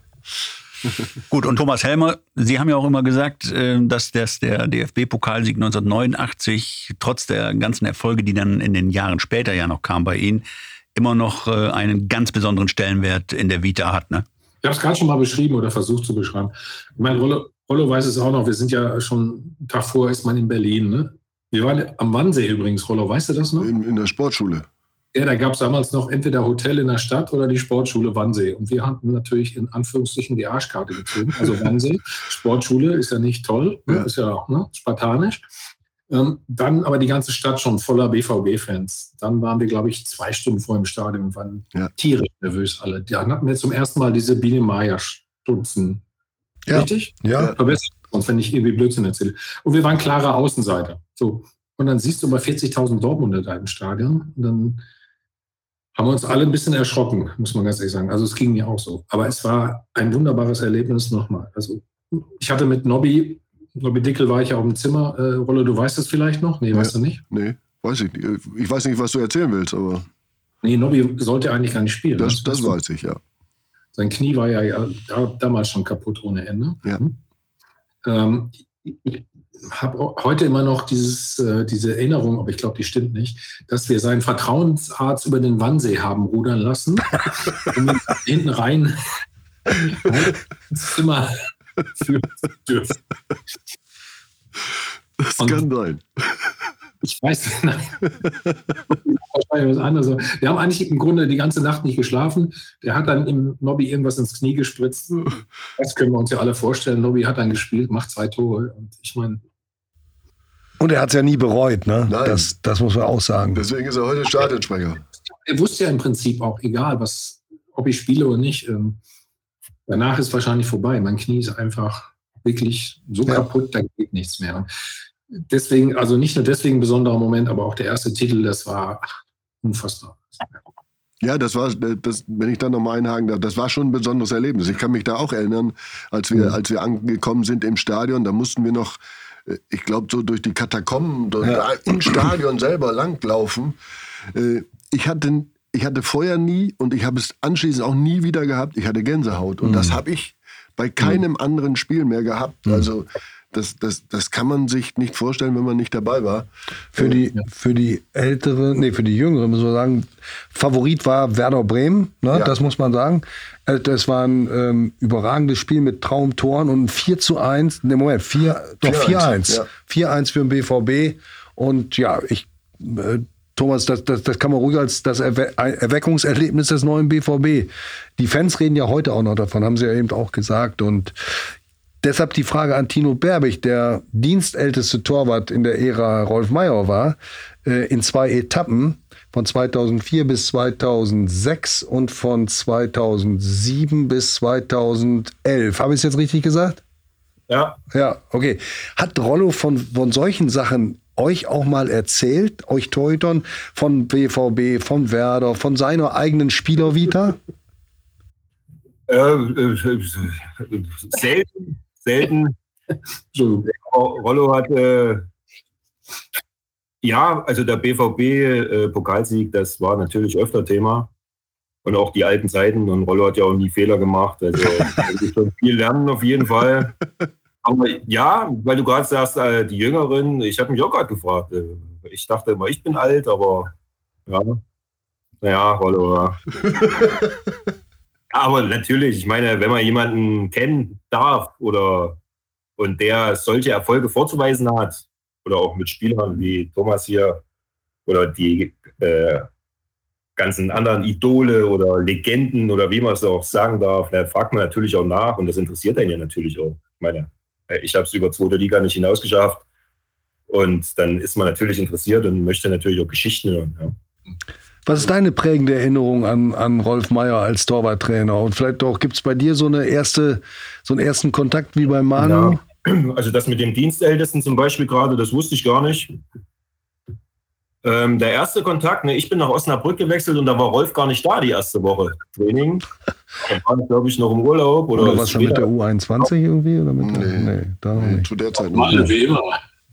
Gut, und Thomas Helmer, Sie haben ja auch immer gesagt, dass das der D F B-Pokalsieg neunzehnhundertneunundachtzig, trotz der ganzen Erfolge, die dann in den Jahren später ja noch kamen bei Ihnen, immer noch einen ganz besonderen Stellenwert in der Vita hat, ne? Ich habe es gerade schon mal beschrieben oder versucht zu beschreiben. Ich meine, Rollo, Rollo weiß es auch noch, wir sind ja schon, einen Tag vorher ist man in Berlin, ne? Wir waren am Wannsee übrigens, Rollo, weißt du das noch? In, in der Sportschule. Ja, da gab es damals noch entweder Hotel in der Stadt oder die Sportschule Wannsee. Und wir hatten natürlich in Anführungsstrichen die Arschkarte gezogen. Also Wannsee, Sportschule ist ja nicht toll, ja. Ist ja ne, spartanisch. Ähm, dann aber die ganze Stadt schon voller B V B-Fans. Dann waren wir, glaube ich, zwei Stunden vor dem Stadion und waren ja. tierisch nervös alle. Dann hatten wir zum ersten Mal diese Biene Meier-Stutzen. Ja. Richtig? Ja. Verbessert uns, wenn ich irgendwie Blödsinn erzähle. Und wir waren klare Außenseiter. So. Und dann siehst du bei vierzigtausend Dortmunder da im Stadion. Und dann haben wir uns alle ein bisschen erschrocken, muss man ganz ehrlich sagen. Also es ging mir auch so. Aber es war ein wunderbares Erlebnis nochmal. Also ich hatte mit Nobby, Nobby Dickel war ich ja auf dem Zimmer. Äh, Rollo, du weißt das vielleicht noch? Nee, ja. Weißt du nicht? Nee, weiß ich nicht. Ich weiß nicht, was du erzählen willst, aber... Nee, Nobby sollte eigentlich gar nicht spielen. Das, das weiß ich, ja. Sein Knie war ja, ja da, damals schon kaputt ohne Ende. Ja. Ähm, habe heute immer noch dieses, äh, diese Erinnerung, aber ich glaube, die stimmt nicht, dass wir seinen Vertrauensarzt über den Wannsee haben rudern lassen, um ihn hinten rein ins Zimmer führen zu dürfen. Das Und kann sein. ich weiß nicht. Wahrscheinlich was anderes. Wir haben eigentlich im Grunde die ganze Nacht nicht geschlafen. Der hat dann im Nobby irgendwas ins Knie gespritzt. Das können wir uns ja alle vorstellen. Nobby hat dann gespielt, macht zwei Tore. Und ich meine. Und er hat es ja nie bereut, ne? Nein. Das, das muss man auch sagen. Deswegen ist er heute Stadionsprecher. Er wusste ja im Prinzip auch, egal, was, ob ich spiele oder nicht. Ähm, danach ist wahrscheinlich vorbei. Mein Knie ist einfach wirklich so Ja. kaputt, da geht nichts mehr. Deswegen, also nicht nur deswegen ein besonderer Moment, aber auch der erste Titel, das war ach, unfassbar. Ja, das war, das, wenn ich da nochmal einhaken darf, das war schon ein besonderes Erlebnis. Ich kann mich da auch erinnern, als wir, Mhm. als wir angekommen sind im Stadion, da mussten wir noch, äh, ich glaube, so durch die Katakomben, durch, Ja. im Stadion selber langlaufen. Äh, Ich hatte, ich hatte vorher nie und ich habe es anschließend auch nie wieder gehabt, ich hatte Gänsehaut. Und Mhm. das habe ich bei keinem anderen Spiel mehr gehabt. Mhm. Also das, das, das kann man sich nicht vorstellen, wenn man nicht dabei war. Für die, für die ältere, nee, für die jüngere, muss man sagen, Favorit war Werder Bremen, ne? Ja. Das muss man sagen. Äh, Das war ein ähm, überragendes Spiel mit Traumtoren und vier zu eins, ne Moment, vier, doch vier eins. ja. vier eins für den B V B. Und ja, ich, äh, Thomas, das, das, das kann man ruhig als das Erwe Erweckungserlebnis des neuen B V B. Die Fans reden ja heute auch noch davon, haben sie ja eben auch gesagt. Und deshalb die Frage an Tino Berbig, der dienstälteste Torwart in der Ära Rolf Maier war, äh, in zwei Etappen von zweitausendvier bis zweitausendsechs und von zweitausendsieben bis zweitausendelf. Habe ich es jetzt richtig gesagt? Ja, Ja, okay. Hat Rollo von, von solchen Sachen euch auch mal erzählt, euch Torhütern, von B V B, von Werder, von seiner eigenen Spielervita? äh, äh, selten, selten. So, Rollo hat, äh, ja, also der B V B-Pokalsieg, das war natürlich öfter Thema. Und auch die alten Zeiten. Und Rollo hat ja auch nie Fehler gemacht. Also er wird schon viel lernen auf jeden Fall. Aber ja, weil du gerade sagst, äh, die Jüngeren, ich habe mich auch gerade gefragt. Äh, ich dachte immer, ich bin alt, aber ja, naja, Rollo, ja. Aber natürlich, ich meine, wenn man jemanden kennen darf oder und der solche Erfolge vorzuweisen hat, oder auch mit Spielern wie Thomas hier oder die äh, ganzen anderen Idole oder Legenden oder wie man es auch sagen darf, da fragt man natürlich auch nach und das interessiert einen ja natürlich auch. Ich meine, ich habe es über zweite Liga nicht hinausgeschafft und dann ist man natürlich interessiert und möchte natürlich auch Geschichten hören. Ja. Was ist deine prägende Erinnerung an, an Rolf Maier als Torwarttrainer? Und vielleicht auch, gibt es bei dir so eine erste, so einen ersten Kontakt wie bei Manu? Ja. Also das mit dem Dienstältesten zum Beispiel gerade, das wusste ich gar nicht. Ähm, der erste Kontakt, ne, ich bin nach Osnabrück gewechselt und da war Rolf gar nicht da die erste Woche Training. Da war ich, glaube ich, noch im Urlaub. Oder, Oder was mit der U einundzwanzig irgendwie? Oder mit der, Nee. nee, da noch Nee, nicht. zu der Zeit mal nicht. wie immer.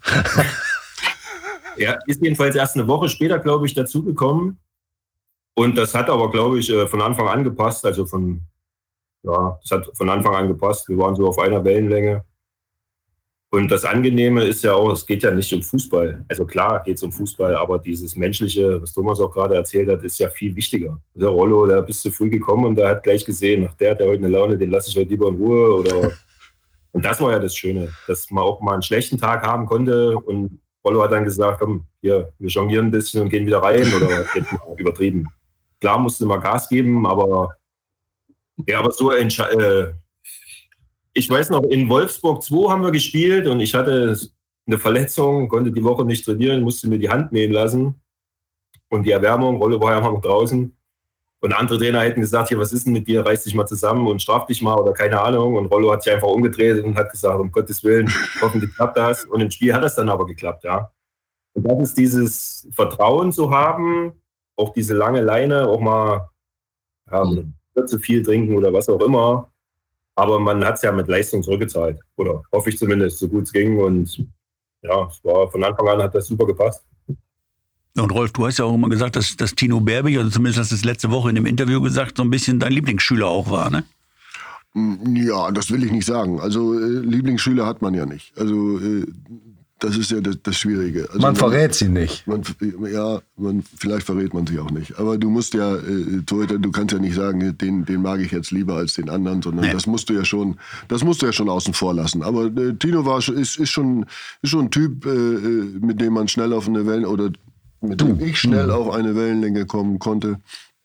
Er ist jedenfalls erst eine Woche später, glaube ich, dazugekommen. Und das hat aber, glaube ich, von Anfang an gepasst. Also von, ja, das hat von Anfang an gepasst. Wir waren so auf einer Wellenlänge. Und das Angenehme ist ja auch, es geht ja nicht um Fußball. Also klar geht es um Fußball, aber dieses Menschliche, was Thomas auch gerade erzählt hat, ist ja viel wichtiger. Der Rollo, da bist du früh gekommen und der hat gleich gesehen, ach, der hat ja heute eine Laune, den lasse ich heute lieber in Ruhe. Oder und das war ja das Schöne, dass man auch mal einen schlechten Tag haben konnte und Rollo hat dann gesagt, komm, hier, wir jonglieren ein bisschen und gehen wieder rein oder übertrieben. Klar musste man Gas geben, aber ja, aber so äh, ich weiß noch, in Wolfsburg zwei haben wir gespielt und ich hatte eine Verletzung, konnte die Woche nicht trainieren, musste mir die Hand nähen lassen. Und die Erwärmung, Rollo war ja noch draußen. Und andere Trainer hätten gesagt, hier, was ist denn mit dir, reiß dich mal zusammen und straf dich mal oder keine Ahnung. Und Rollo hat sich einfach umgedreht und hat gesagt, um Gottes Willen, hoffentlich klappt das. Und im Spiel hat das dann aber geklappt, ja. Und das ist dieses Vertrauen zu haben, auch diese lange Leine, auch mal ja, nicht zu viel trinken oder was auch immer. Aber man hat es ja mit Leistung zurückgezahlt. Oder hoffe ich zumindest, so gut es ging. Und ja, es war von Anfang an hat das super gepasst. Und Rolf, du hast ja auch immer gesagt, dass, dass Tino Berbig, also zumindest hast du es letzte Woche in dem Interview gesagt, so ein bisschen dein Lieblingsschüler auch war, ne? Ja, das will ich nicht sagen. Also äh, Lieblingsschüler hat man ja nicht. Also äh, Das ist ja das, das Schwierige. Also man verrät sie nicht. Man, ja, man, vielleicht verrät man sie auch nicht. Aber du musst ja, äh, Torhüter, du kannst ja nicht sagen, den, den mag ich jetzt lieber als den anderen, sondern nee. das musst du ja schon, das musst du ja schon außen vor lassen. Aber äh, Tino war ist, ist schon, ist schon ein Typ, äh, mit dem man schnell auf eine Wellen oder mit dem ich schnell mhm. auf eine Wellenlänge kommen konnte.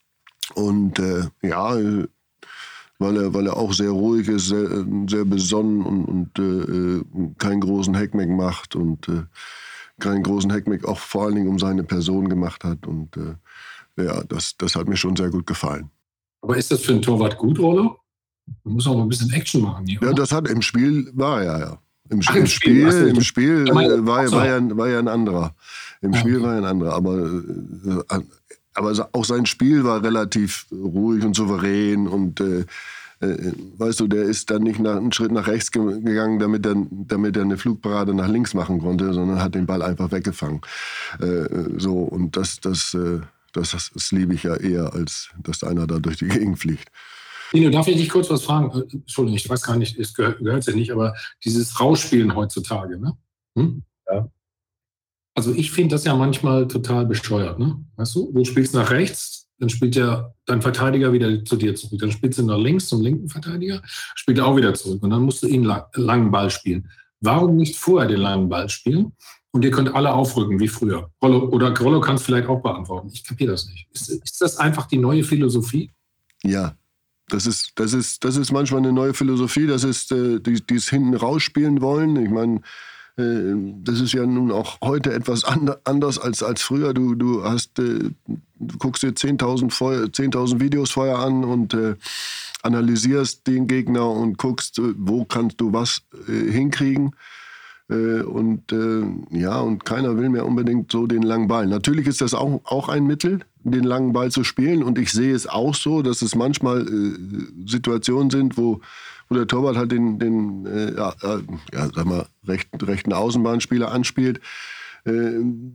Und äh, ja. Äh, Weil er, weil er auch sehr ruhig ist, sehr, sehr besonnen und, und äh, keinen großen Heckmeck macht und äh, keinen großen Heckmeck auch vor allen Dingen um seine Person gemacht hat. Und äh, ja, das, das hat mir schon sehr gut gefallen. Aber ist das für einen Torwart gut, Rollo? Man muss auch mal ein bisschen Action machen hier, oder? Ja, das hat im Spiel war er ja. Im, Ach, im im Spiel, Spiel, im Spiel ich meine, äh, war, so. war, ja, war ja ein anderer. Im ja. Spiel war ja ein anderer, aber äh, aber auch sein Spiel war relativ ruhig und souverän und äh, äh, weißt du, der ist dann nicht nach, einen Schritt nach rechts ge- gegangen, damit er, damit er eine Flugparade nach links machen konnte, sondern hat den Ball einfach weggefangen. Äh, so, und das, das, äh, das, das, das liebe ich ja eher, als dass einer da durch die Gegend fliegt. Nino, darf ich dich kurz was fragen? Entschuldigung, ich weiß gar nicht, es gehört, gehört ja nicht, aber dieses Rausspielen heutzutage, ne? Hm? Ja. Also ich finde das ja manchmal total bescheuert, ne? Weißt du, du spielst nach rechts, dann spielt ja dein Verteidiger wieder zu dir zurück. Dann spielst du nach links zum linken Verteidiger, spielt er auch wieder zurück. Und dann musst du ihn lang, langen Ball spielen. Warum nicht vorher den langen Ball spielen? Und ihr könnt alle aufrücken, wie früher. Rollo, oder Rollo kann es vielleicht auch beantworten. Ich kapiere das nicht. Ist, ist das einfach die neue Philosophie? Ja. Das ist, das ist, das ist manchmal eine neue Philosophie. Das ist äh, die, die es hinten rausspielen wollen. Ich meine, äh, das ist ja nun auch heute etwas and, anders als, als früher. Du, du, hast, äh, du guckst dir zehntausend Videos vorher an und äh, analysierst den Gegner und guckst, äh, wo kannst du was äh, hinkriegen. Äh, und äh, ja, und keiner will mehr unbedingt so den langen Ball. Natürlich ist das auch, auch ein Mittel, den langen Ball zu spielen. Und ich sehe es auch so, dass es manchmal äh, Situationen sind, wo, wo der Torwart halt den, den äh, ja, äh, ja, sag mal, rechten, rechten Außenbahnspieler anspielt. Äh,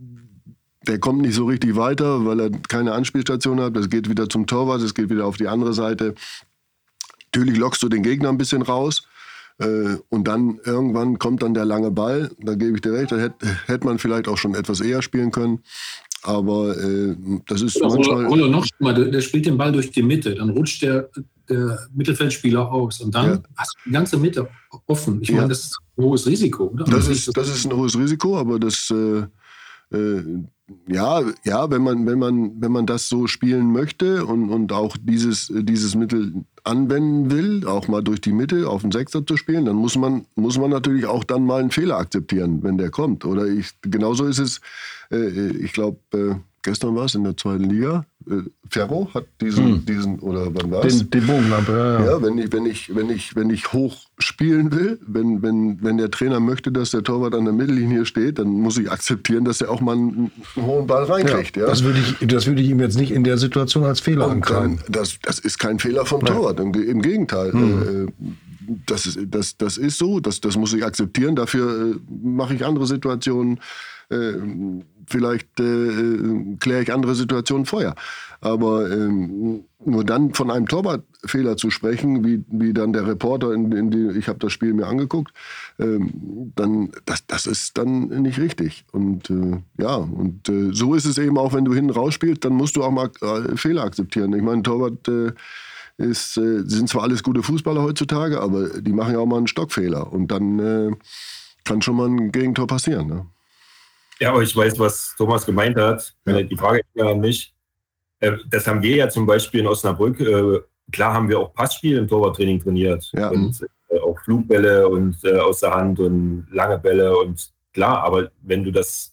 der kommt nicht so richtig weiter, weil er keine Anspielstation hat. Das geht wieder zum Torwart, es geht wieder auf die andere Seite. Natürlich lockst du den Gegner ein bisschen raus. Äh, und dann irgendwann kommt dann der lange Ball. Da gebe ich dir recht, da hätte, hätte man vielleicht auch schon etwas eher spielen können. Aber äh, das ist Oder manchmal... Rollo noch mal, der, der spielt den Ball durch die Mitte. Dann rutscht der, der Mittelfeldspieler aus. Und dann ja. hast du die ganze Mitte offen. Ich ja. meine, das ist ein hohes Risiko, oder? Das ist, das ist ein hohes Risiko, aber das... Äh, äh, ja, ja, wenn man, wenn man, wenn man das so spielen möchte und, und auch dieses, dieses Mittel anwenden will, auch mal durch die Mitte auf den Sechser zu spielen, dann muss man, muss man natürlich auch dann mal einen Fehler akzeptieren, wenn der kommt. Oder ich, genauso ist es, äh, ich glaube, äh, gestern war es in der zweiten Liga, äh, Ferro hat diesen, hm. diesen oder wann war es? Den, den Bogenlampe, ja. Ja, wenn ich, wenn ich, wenn ich, wenn ich hoch spielen will, wenn, wenn, wenn der Trainer möchte, dass der Torwart an der Mittellinie steht, dann muss ich akzeptieren, dass er auch mal einen, einen hohen Ball reinkriegt. Ja, ja. Das würde ich, das würde ich ihm jetzt nicht in der Situation als Fehler ankreiden. Das, das ist kein Fehler vom ja. Torwart, im, im Gegenteil. Hm. Äh, das, ist, das, das ist so, das, das muss ich akzeptieren. Dafür äh, mache ich andere Situationen. Äh, vielleicht äh, kläre ich andere Situationen vorher. Aber ähm, nur dann von einem Torwartfehler zu sprechen, wie, wie dann der Reporter, in, in die, ich habe das Spiel mir angeguckt, ähm, dann, das, das ist dann nicht richtig. Und äh, ja, und äh, so ist es eben auch, wenn du hinten rausspielst, dann musst du auch mal äh, Fehler akzeptieren. Ich meine, Torwart äh, ist, äh, sind zwar alles gute Fußballer heutzutage, aber die machen ja auch mal einen Stockfehler. Und dann äh, kann schon mal ein Gegentor passieren. Ne? Ja, aber ich weiß, was Thomas gemeint hat. Ja. Die Frage ist ja an mich. Das haben wir ja zum Beispiel in Osnabrück. Klar haben wir auch Passspiel im Torwarttraining trainiert. Ja. Und auch Flugbälle und aus der Hand und lange Bälle. Und klar, aber wenn du das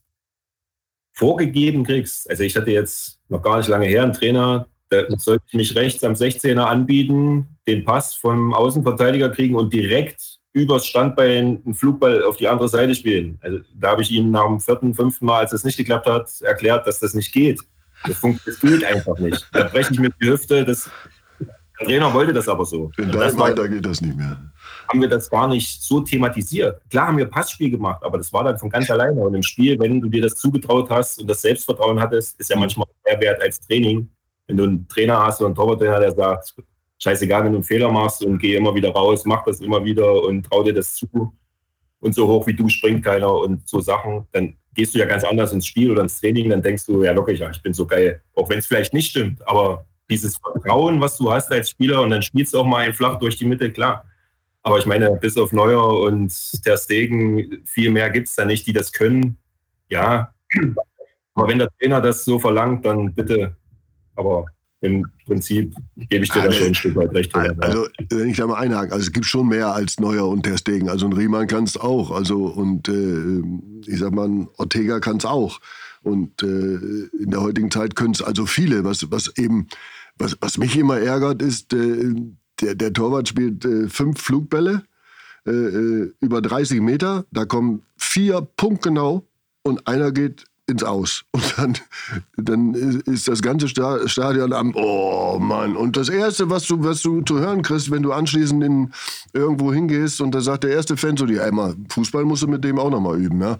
vorgegeben kriegst, also ich hatte jetzt noch gar nicht lange her einen Trainer, da sollte ich mich rechts am sechzehner anbieten, den Pass vom Außenverteidiger kriegen und direkt übers Standbein einen Flugball auf die andere Seite spielen. Also da habe ich ihm nach dem vierten, fünften Mal, als es nicht geklappt hat, erklärt, dass das nicht geht. Das, funkt, das geht einfach nicht. Da breche ich mir die Hüfte. Das, der Trainer wollte das aber so. In deinem Alter geht das nicht mehr. Haben wir das gar nicht so thematisiert. Klar haben wir Passspiel gemacht, aber das war dann von ganz alleine. Und im Spiel, wenn du dir das zugetraut hast und das Selbstvertrauen hattest, ist ja manchmal mehr wert als Training. Wenn du einen Trainer hast oder einen Torwarttrainer, der sagt, scheißegal, wenn du einen Fehler machst und geh immer wieder raus, mach das immer wieder und trau dir das zu. und so hoch wie du springt keiner und so Sachen, dann gehst du ja ganz anders ins Spiel oder ins Training, dann denkst du, ja locker, ja, ich bin so geil. Auch wenn es vielleicht nicht stimmt, aber dieses Vertrauen, was du hast als Spieler und dann spielst du auch mal einen flach durch die Mitte, klar. Aber ich meine, bis auf Neuer und Ter Stegen, viel mehr gibt es da nicht, die das können. Ja, aber wenn der Trainer das so verlangt, dann bitte. Aber im Prinzip gebe ich dir da schon ein Stück weit recht. Also, wenn ich da mal einhaken, also es gibt schon mehr als Neuer und Ter Stegen. Also ein Riemann kann es auch. Also und äh, ich sag mal, ein Ortega kann es auch. Und äh, in der heutigen Zeit können es also viele. Was, was eben, was, was mich immer ärgert, ist, äh, der, der Torwart spielt äh, fünf Flugbälle äh, über dreißig Meter. Da kommen vier punktgenau und einer geht ins Aus. Und dann, dann ist das ganze Stadion am, oh Mann. Und das Erste, was du, was du zu hören kriegst, wenn du anschließend in, irgendwo hingehst und da sagt der erste Fan so, ja, immer, Fußball musst du mit dem auch nochmal üben. Ja?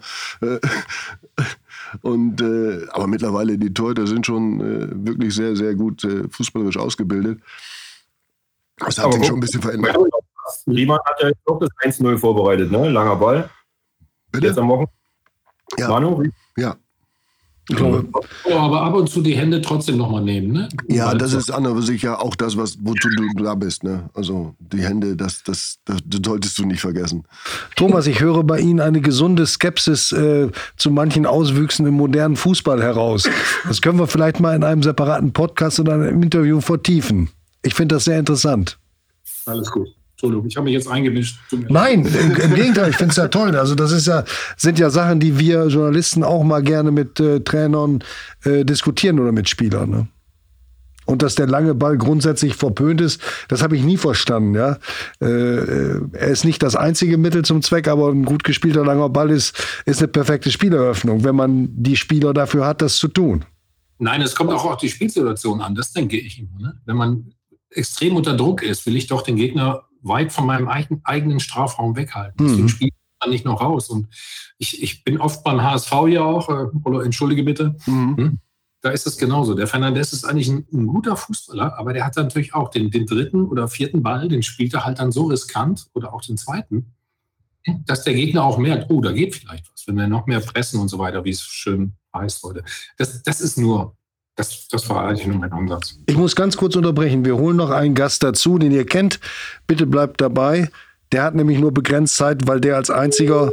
Und, äh, aber mittlerweile, die Torhüter sind schon äh, wirklich sehr, sehr gut äh, fußballerisch ausgebildet. Das hat aber sich schon ein bisschen verändert. Riemann hat ja auch das eins null vorbereitet, ne? Langer Ball. Bitte? Jetzt am Wochenende. Ja. Manu? Ja. Ich glaube, oh, aber ab und zu die Hände trotzdem nochmal nehmen, ne? Ja, Weil das so. ist an und für sich ja auch das, was, wozu du da bist, ne? Also die Hände, das, das, das, das solltest du nicht vergessen. Thomas, ich höre bei Ihnen eine gesunde Skepsis äh, zu manchen Auswüchsen im modernen Fußball heraus. Das können wir vielleicht mal in einem separaten Podcast oder einem Interview vertiefen. Ich finde das sehr interessant. Alles gut. Entschuldigung, ich habe mich jetzt eingemischt. Nein, im, im Gegenteil, ich finde es ja toll. Also das ist ja, sind ja Sachen, die wir Journalisten auch mal gerne mit äh, Trainern äh, diskutieren oder mit Spielern. Ne? Und dass der lange Ball grundsätzlich verpönt ist, das habe ich nie verstanden. Ja? Äh, er ist nicht das einzige Mittel zum Zweck, aber ein gut gespielter langer Ball ist, ist eine perfekte Spieleröffnung, wenn man die Spieler dafür hat, das zu tun. Nein, es kommt auch auf die Spielsituation an, das denke ich immer. Ne? Wenn man extrem unter Druck ist, will ich doch den Gegner weit von meinem eigenen Strafraum weghalten. Mhm. Deswegen spiele ich dann nicht noch raus. Und ich, ich bin oft beim H S V ja auch, äh, oder entschuldige bitte, mhm. hm? Da ist es genauso. Der Fernandes ist eigentlich ein, ein guter Fußballer, aber der hat natürlich auch den, den dritten oder vierten Ball, den spielt er halt dann so riskant, oder auch den zweiten, dass der Gegner auch merkt, oh, da geht vielleicht was, wenn wir noch mehr pressen und so weiter, wie es schön heißt heute. Das, das ist nur... Das, das war eigentlich nur mein Ansatz. Ich muss ganz kurz unterbrechen. Wir holen noch einen Gast dazu, den ihr kennt. Bitte bleibt dabei. Der hat nämlich nur begrenzt Zeit, weil der als einziger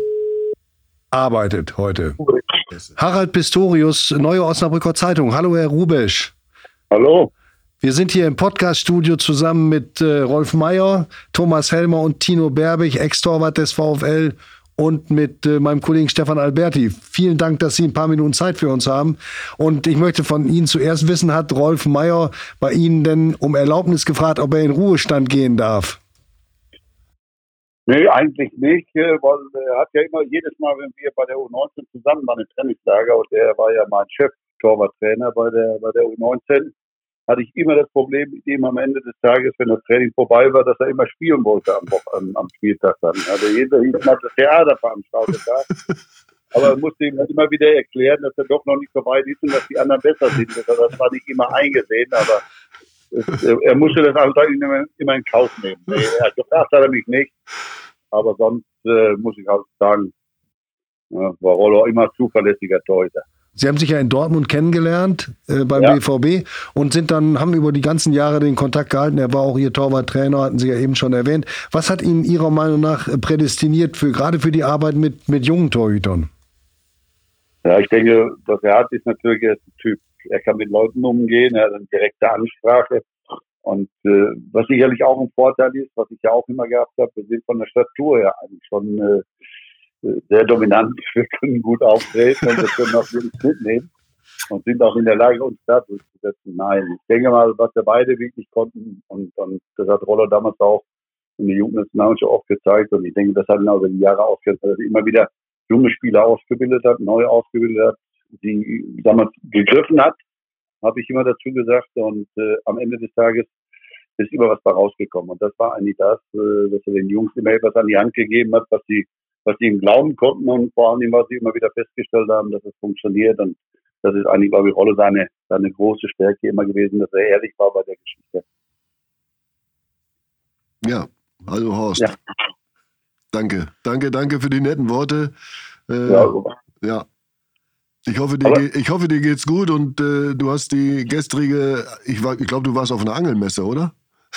arbeitet heute. Harald Pistorius, Neue Osnabrücker Zeitung. Hallo, Herr Rubesch. Hallo. Wir sind hier im Podcast-Studio zusammen mit äh, Rolf Meier, Thomas Helmer und Tino Berbig, Ex-Torwart des VfL, und mit äh, meinem Kollegen Stefan Alberti. Vielen Dank, dass Sie ein paar Minuten Zeit für uns haben. Und ich möchte von Ihnen zuerst wissen, hat Rolf Meier bei Ihnen denn um Erlaubnis gefragt, ob er in Ruhestand gehen darf? Nee, eigentlich nicht, weil er hat ja immer jedes Mal, wenn wir bei der U neunzehn zusammen waren, im Trainingslager, und er war ja mein Chef-Torwarttrainer bei der, bei der U neunzehn, hatte ich immer das Problem mit ihm am Ende des Tages, wenn das Training vorbei war, dass er immer spielen wollte am, am, am Spieltag dann. Also jeder hat das Theater veranstaltet da. Aber er musste ihm halt immer wieder erklären, dass er doch noch nicht so weit ist und dass die anderen besser sind. Also das war nicht immer eingesehen, aber es, er musste das einfach immer, immer in Kauf nehmen. Nee, er gefragt hat er mich nicht. Aber sonst äh, muss ich halt sagen, ja, war Rollo immer zuverlässiger Torhüter. Sie haben sich ja in Dortmund kennengelernt äh, beim ja. B V B und sind dann, haben über die ganzen Jahre den Kontakt gehalten. Er war auch Ihr Torwarttrainer, hatten Sie ja eben schon erwähnt. Was hat ihn Ihrer Meinung nach prädestiniert, für, gerade für die Arbeit mit, mit jungen Torhütern? Ja, ich denke, was er hat, ist natürlich er ist ein Typ. Er kann mit Leuten umgehen, er hat eine direkte Ansprache. Und äh, was sicherlich auch ein Vorteil ist, was ich ja auch immer gehabt habe, wir sind von der Statur her eigentlich schon äh, sehr dominant. Wir können gut auftreten und wir können auch wirklich mitnehmen und sind auch in der Lage, uns da durchzusetzen. Nein, ich denke mal, was wir beide wirklich konnten, und, und das hat Roller damals auch in der Jugendnationalmannschaft oft gezeigt, und ich denke, das hat ihn auch über die Jahre ausgezeigt, dass er immer wieder junge Spieler ausgebildet hat, neu ausgebildet hat, die damals gegriffen hat, habe ich immer dazu gesagt, und äh, am Ende des Tages ist immer was da rausgekommen. Und das war eigentlich das, äh, dass er den Jungs immer etwas an die Hand gegeben hat, was sie was sie ihm glauben konnten, und vor allem, was sie immer wieder festgestellt haben, dass es funktioniert. Und das ist eigentlich, glaube ich, Rolle seine, seine große Stärke immer gewesen, dass er ehrlich war bei der Geschichte. Ja, also Horst. Ja. Danke, danke, danke für die netten Worte. Äh, Ja, ja. Ich hoffe, dir, Aber- ge- ich hoffe, dir geht's gut und äh, du hast die gestrige, ich, war- ich glaube, du warst auf einer Angelmesse, oder?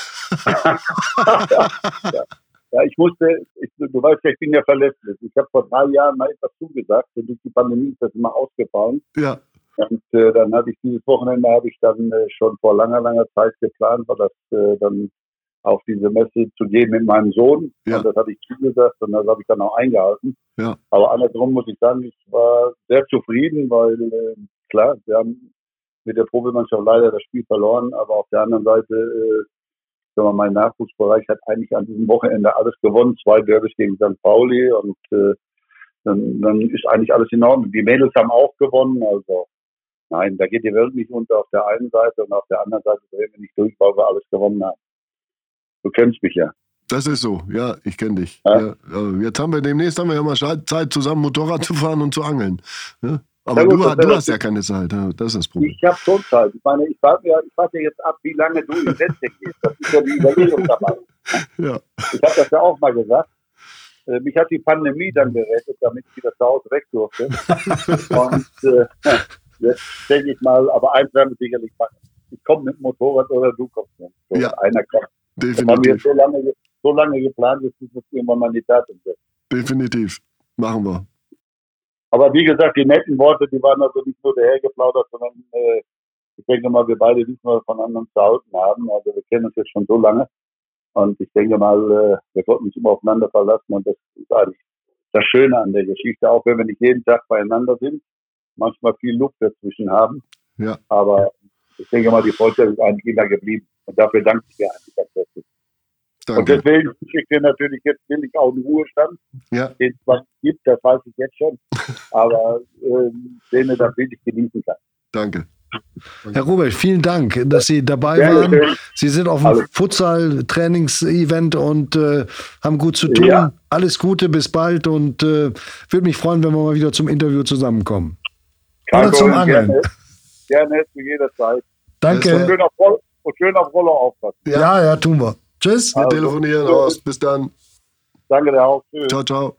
Ja, ich musste, ich, du weißt ja, ich bin ja verletzlich. Ich habe vor drei Jahren mal etwas zugesagt und durch die Pandemie ist das immer ausgefallen. Ja, Und äh, dann hatte ich dieses Wochenende, habe ich dann äh, schon vor langer, langer Zeit geplant, war das äh, dann auf diese Messe zu gehen mit meinem Sohn. Ja. Und das hatte ich zugesagt und das habe ich dann auch eingehalten. Ja. Aber andersrum muss ich sagen, ich war sehr zufrieden, weil äh, klar, wir haben mit der Profimannschaft leider das Spiel verloren, aber auf der anderen Seite, äh, sagen wir mal, mein Nachwuchsbereich hat eigentlich an diesem Wochenende alles gewonnen. Zwei Derbys gegen Sankt Pauli und äh, dann, dann ist eigentlich alles in Ordnung. Die Mädels haben auch gewonnen, also nein, da geht die Welt nicht unter auf der einen Seite und auf der anderen Seite drehen wir nicht durch, weil wir alles gewonnen haben. Du kennst mich ja. das ist so. Ja, ich kenne dich. Ja. Ja. Ja, jetzt haben wir demnächst haben wir ja mal Zeit, zusammen Motorrad zu fahren und zu angeln. Ja? Aber Ja, gut, du, das du wäre hast ja keine Zeit. Ja, das ist das Problem. Ich habe schon Zeit. Ich meine, ich warte ja, ich warte ja jetzt ab, wie lange du in Rente gehst. Das ist ja die Überlegung dabei. Ja. Ich habe das ja auch mal gesagt. Äh, Mich hat die Pandemie dann gerettet, damit ich wieder zu Hause weg durfte. Und äh, jetzt denke ich mal, aber eins werden wir sicherlich machen. Ich komme mit dem Motorrad oder du kommst mit dem Motorrad. Ja. Einer kommt. Das haben wir Definitiv. so lange, ge- so lange geplant, jetzt müssen wir irgendwann mal in die Tat umsetzen. Definitiv. Machen wir. Aber wie gesagt, die netten Worte, die waren also nicht nur dahergeplaudert, sondern äh, ich denke mal, wir beide wissen, was wir voneinander zu halten haben. Also wir kennen uns jetzt schon so lange. Und ich denke mal, äh, wir sollten uns immer aufeinander verlassen. Und das ist eigentlich das Schöne an der Geschichte, auch wenn wir nicht jeden Tag beieinander sind, manchmal viel Luft dazwischen haben. Ja. Aber ich denke mal, die Freundschaft ist eigentlich immer geblieben. Und dafür danke ich dir eigentlich ganz herzlich. Und Danke. deswegen wünsche ich dir natürlich jetzt will ich auch einen Ruhestand, Ja. den es zwar nicht gibt, das weiß ich jetzt schon, aber ähm, den du dann wirklich genießen kannst. Danke. Herr Robert, vielen Dank, dass Sie dabei Gerne waren. schön. Sie sind auf dem Alles. Futsal-Trainings-Event und äh, haben gut zu tun. Ja. Alles Gute, bis bald und äh, würde mich freuen, wenn wir mal wieder zum Interview zusammenkommen. Kein Oder zum Problem, Angeln. Gerne, gerne zu jeder Zeit. Und Danke. schön auf, Roll und schön auf Roller aufpassen. Ja, ja, tun wir. Tschüss. Wir telefonieren aus. Bis dann. Danke dir auch. Tschüss. Ciao, ciao.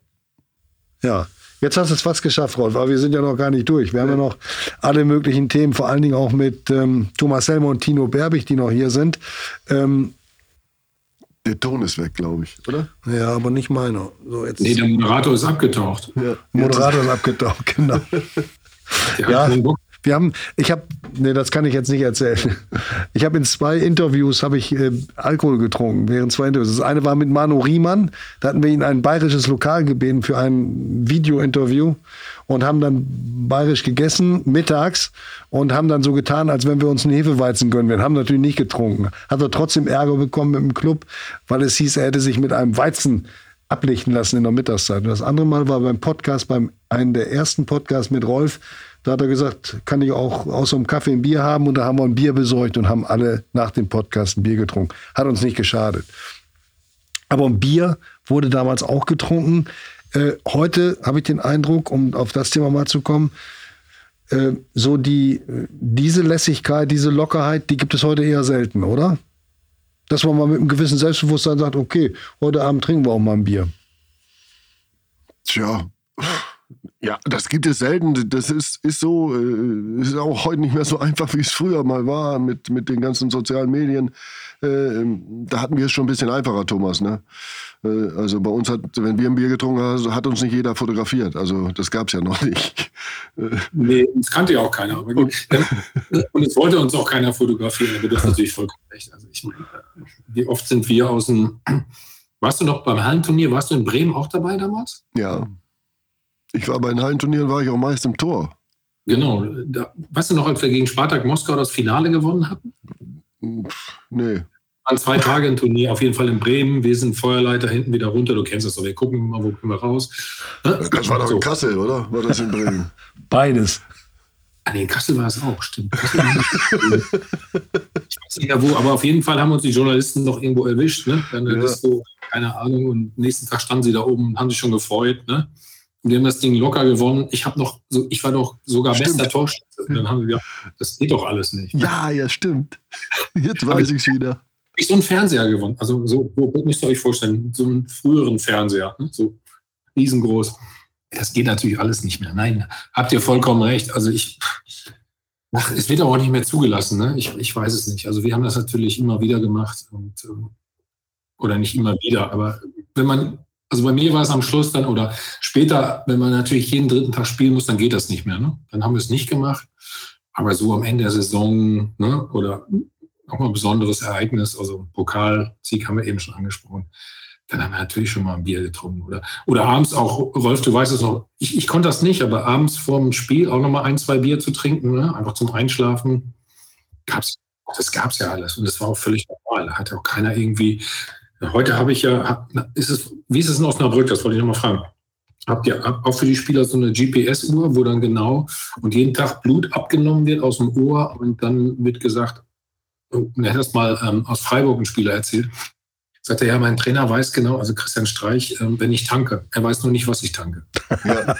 Ja, jetzt hast du es fast geschafft, Rolf, aber wir sind ja noch gar nicht durch. Wir haben ja noch alle möglichen Themen, vor allen Dingen auch mit ähm, Thomas Helmer und Tino Berbig, die noch hier sind. Ähm, Der Ton ist weg, glaube ich, oder? ja, aber nicht meiner. So, jetzt Nee, der Moderator ist abgetaucht. Ja. Moderator ist abgetaucht, genau. Der Ja. hat keinen Bock. Wir haben, ich habe, nee, das kann ich jetzt nicht erzählen. Ich habe in zwei Interviews habe ich äh, Alkohol getrunken während zwei Interviews. Das eine war mit Manu Riemann. Da hatten wir ihn in ein bayerisches Lokal gebeten für ein Video-Interview und haben dann bayerisch gegessen mittags und haben dann so getan, als wenn wir uns einen Hefeweizen gönnen. Wir haben natürlich nicht getrunken. Hat er trotzdem Ärger bekommen mit dem Club, weil es hieß, er hätte sich mit einem Weizen ablichten lassen in der Mittagszeit. Und das andere Mal war beim Podcast, beim einen der ersten Podcasts mit Rolf. Da hat er gesagt, kann ich auch außer dem Kaffee ein Bier haben? Und da haben wir ein Bier besorgt und haben alle nach dem Podcast ein Bier getrunken. Hat uns nicht geschadet. Aber ein Bier wurde damals auch getrunken. Äh, heute habe ich den Eindruck, um auf das Thema mal zu kommen, äh, so die, diese Lässigkeit, diese Lockerheit, die gibt es heute eher selten, oder? Dass man mal mit einem gewissen Selbstbewusstsein sagt, okay, heute Abend trinken wir auch mal ein Bier. Tja. Ja, das gibt es selten. Das ist, ist so, äh, ist auch heute nicht mehr so einfach, wie es früher mal war mit, mit den ganzen sozialen Medien. Äh, da hatten wir es schon ein bisschen einfacher, Thomas. Ne? Äh, also bei uns hat, wenn wir ein Bier getrunken haben, hat uns nicht jeder fotografiert. Also das gab es ja noch nicht. Nee, das kannte ja auch keiner. Aber gut. Und es wollte uns auch keiner fotografieren, aber das ist natürlich vollkommen recht. Also ich meine, wie oft sind wir aus dem... Warst du noch beim Hallenturnier, warst du in Bremen auch dabei damals? Ja. Ich war bei den Hallenturnieren, war ich auch meist im Tor. Genau. Da, weißt du noch, als wir gegen Spartak Moskau das Finale gewonnen hatten? Nee. An zwei Tage ein Turnier, auf jeden Fall in Bremen. Wir sind Feuerleiter hinten wieder runter. Du kennst das doch. Wir gucken mal, wo kommen wir raus. Das war doch So. in Kassel, oder? War das in Bremen? Beides. Ah, nee, in Kassel war es auch, stimmt. Kassel war es. Ich weiß nicht mehr wo, aber auf jeden Fall haben uns die Journalisten noch irgendwo erwischt. Ne? Dann Ja. ist so, keine Ahnung, und nächsten Tag standen sie da oben und haben sich schon gefreut. Ne? Und die haben das Ding locker gewonnen. Ich habe noch, so, ich war doch sogar Stimmt. bester Torschütze. Und dann haben wir gesagt, das geht doch alles nicht. Ja, ja, stimmt. Jetzt weiß ich es wieder. ich so einen Fernseher gewonnen. Also so, müsst ihr euch vorstellen, so einen früheren Fernseher, ne? So riesengroß. Das geht natürlich alles nicht mehr. Nein, habt ihr vollkommen recht. Also ich, ach, es wird auch nicht mehr zugelassen. Ne? Ich, ich weiß es nicht. Also wir haben das natürlich immer wieder gemacht und oder nicht immer wieder, aber wenn man, also bei mir war es am Schluss dann oder später, wenn man natürlich jeden dritten Tag spielen muss, dann geht das nicht mehr. Ne? Dann haben wir es nicht gemacht. Aber so am Ende der Saison, ne, oder auch mal ein besonderes Ereignis, also Pokalsieg haben wir eben schon angesprochen, dann haben wir natürlich schon mal ein Bier getrunken. Oder, oder abends auch, Rolf, du weißt es noch, ich, ich konnte das nicht, aber abends vor dem Spiel auch noch mal ein, zwei Bier zu trinken, ne, einfach zum Einschlafen, gab's, das gab es ja alles. Und das war auch völlig normal. Da hat auch keiner irgendwie, heute habe ich ja, ist es, wie ist es in Osnabrück, das wollte ich noch mal fragen. Habt ihr auch für die Spieler so eine G P S-Uhr, wo dann genau und jeden Tag Blut abgenommen wird aus dem Ohr und dann wird gesagt, und er hat das mal ähm, aus Freiburg ein Spieler erzählt, sagt er, ja, mein Trainer weiß genau, also Christian Streich, ähm, wenn ich tanke. Er weiß nur nicht, was ich tanke. Ja,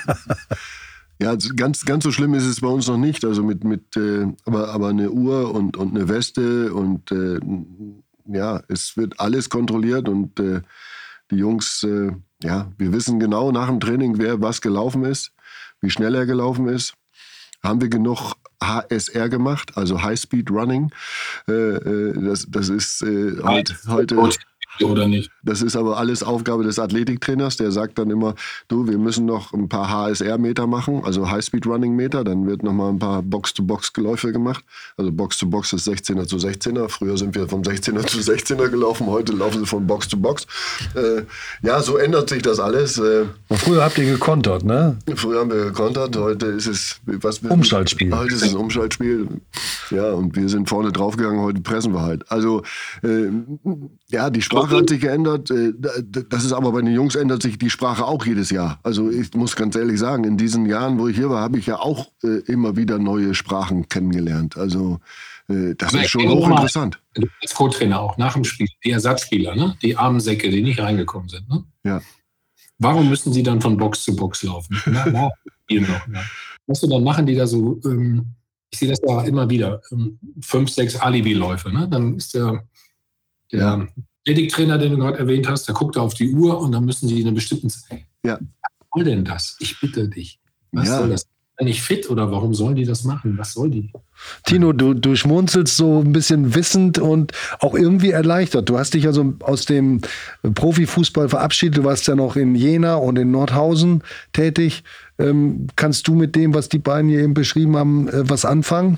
ja ganz, ganz so schlimm ist es bei uns noch nicht. Also mit, mit äh, aber, aber eine Uhr und, und eine Weste und äh, ja, es wird alles kontrolliert und äh, die Jungs, äh, ja, wir wissen genau nach dem Training, wer was gelaufen ist, wie schnell er gelaufen ist. Haben wir genug H S R gemacht, also High Speed Running. Äh, das, das ist äh, halt, heute... Oder nicht? Das ist aber alles Aufgabe des Athletiktrainers. Der sagt dann immer, du, wir müssen noch ein paar H S R-Meter machen, also High-Speed-Running-Meter. Dann wird noch mal ein paar Box-to-Box-Geläufe gemacht. Also Box-to-Box ist sechzehner zu sechzehner. Früher sind wir vom sechzehner zu sechzehner gelaufen. Heute laufen sie von Box-to-Box. Äh, ja, so ändert sich das alles. Äh, früher habt ihr gekontert, ne? Früher haben wir gekontert. Heute ist es... Was, Umschaltspiel. Heute ist es ein Umschaltspiel. Ja, und wir sind vorne draufgegangen. Heute pressen wir halt. Also, äh, ja, die Sprache hat sich geändert. Das ist aber bei den Jungs ändert sich die Sprache auch jedes Jahr. Also ich muss ganz ehrlich sagen, in diesen Jahren, wo ich hier war, habe ich ja auch äh, immer wieder neue Sprachen kennengelernt. Also äh, das aber ist schon hochinteressant. Du als Co-Trainer auch nach dem Spiel, die Ersatzspieler, ne? Die armen Säcke, die nicht reingekommen sind. Ne? Ja. Warum müssen sie dann von Box zu Box laufen? Na, na, hier noch. Ne? Weißt du, dann machen die da so, ähm, ich sehe das da immer wieder, ähm, fünf, sechs Alibi-Läufe. Ne? Dann ist der, der ja. Athletiktrainer, den du gerade erwähnt hast, der guckt auf die Uhr und dann müssen die in einer bestimmten Zeit. Ja. Was soll denn das? Ich bitte dich. Was ja. soll das? Nicht fit oder warum sollen die das machen? Was soll die? Tino, du, du schmunzelst so ein bisschen wissend und auch irgendwie erleichtert. Du hast dich also aus dem Profifußball verabschiedet. Du warst ja noch in Jena und in Nordhausen tätig. Ähm, kannst du mit dem, was die beiden hier eben beschrieben haben, äh, was anfangen?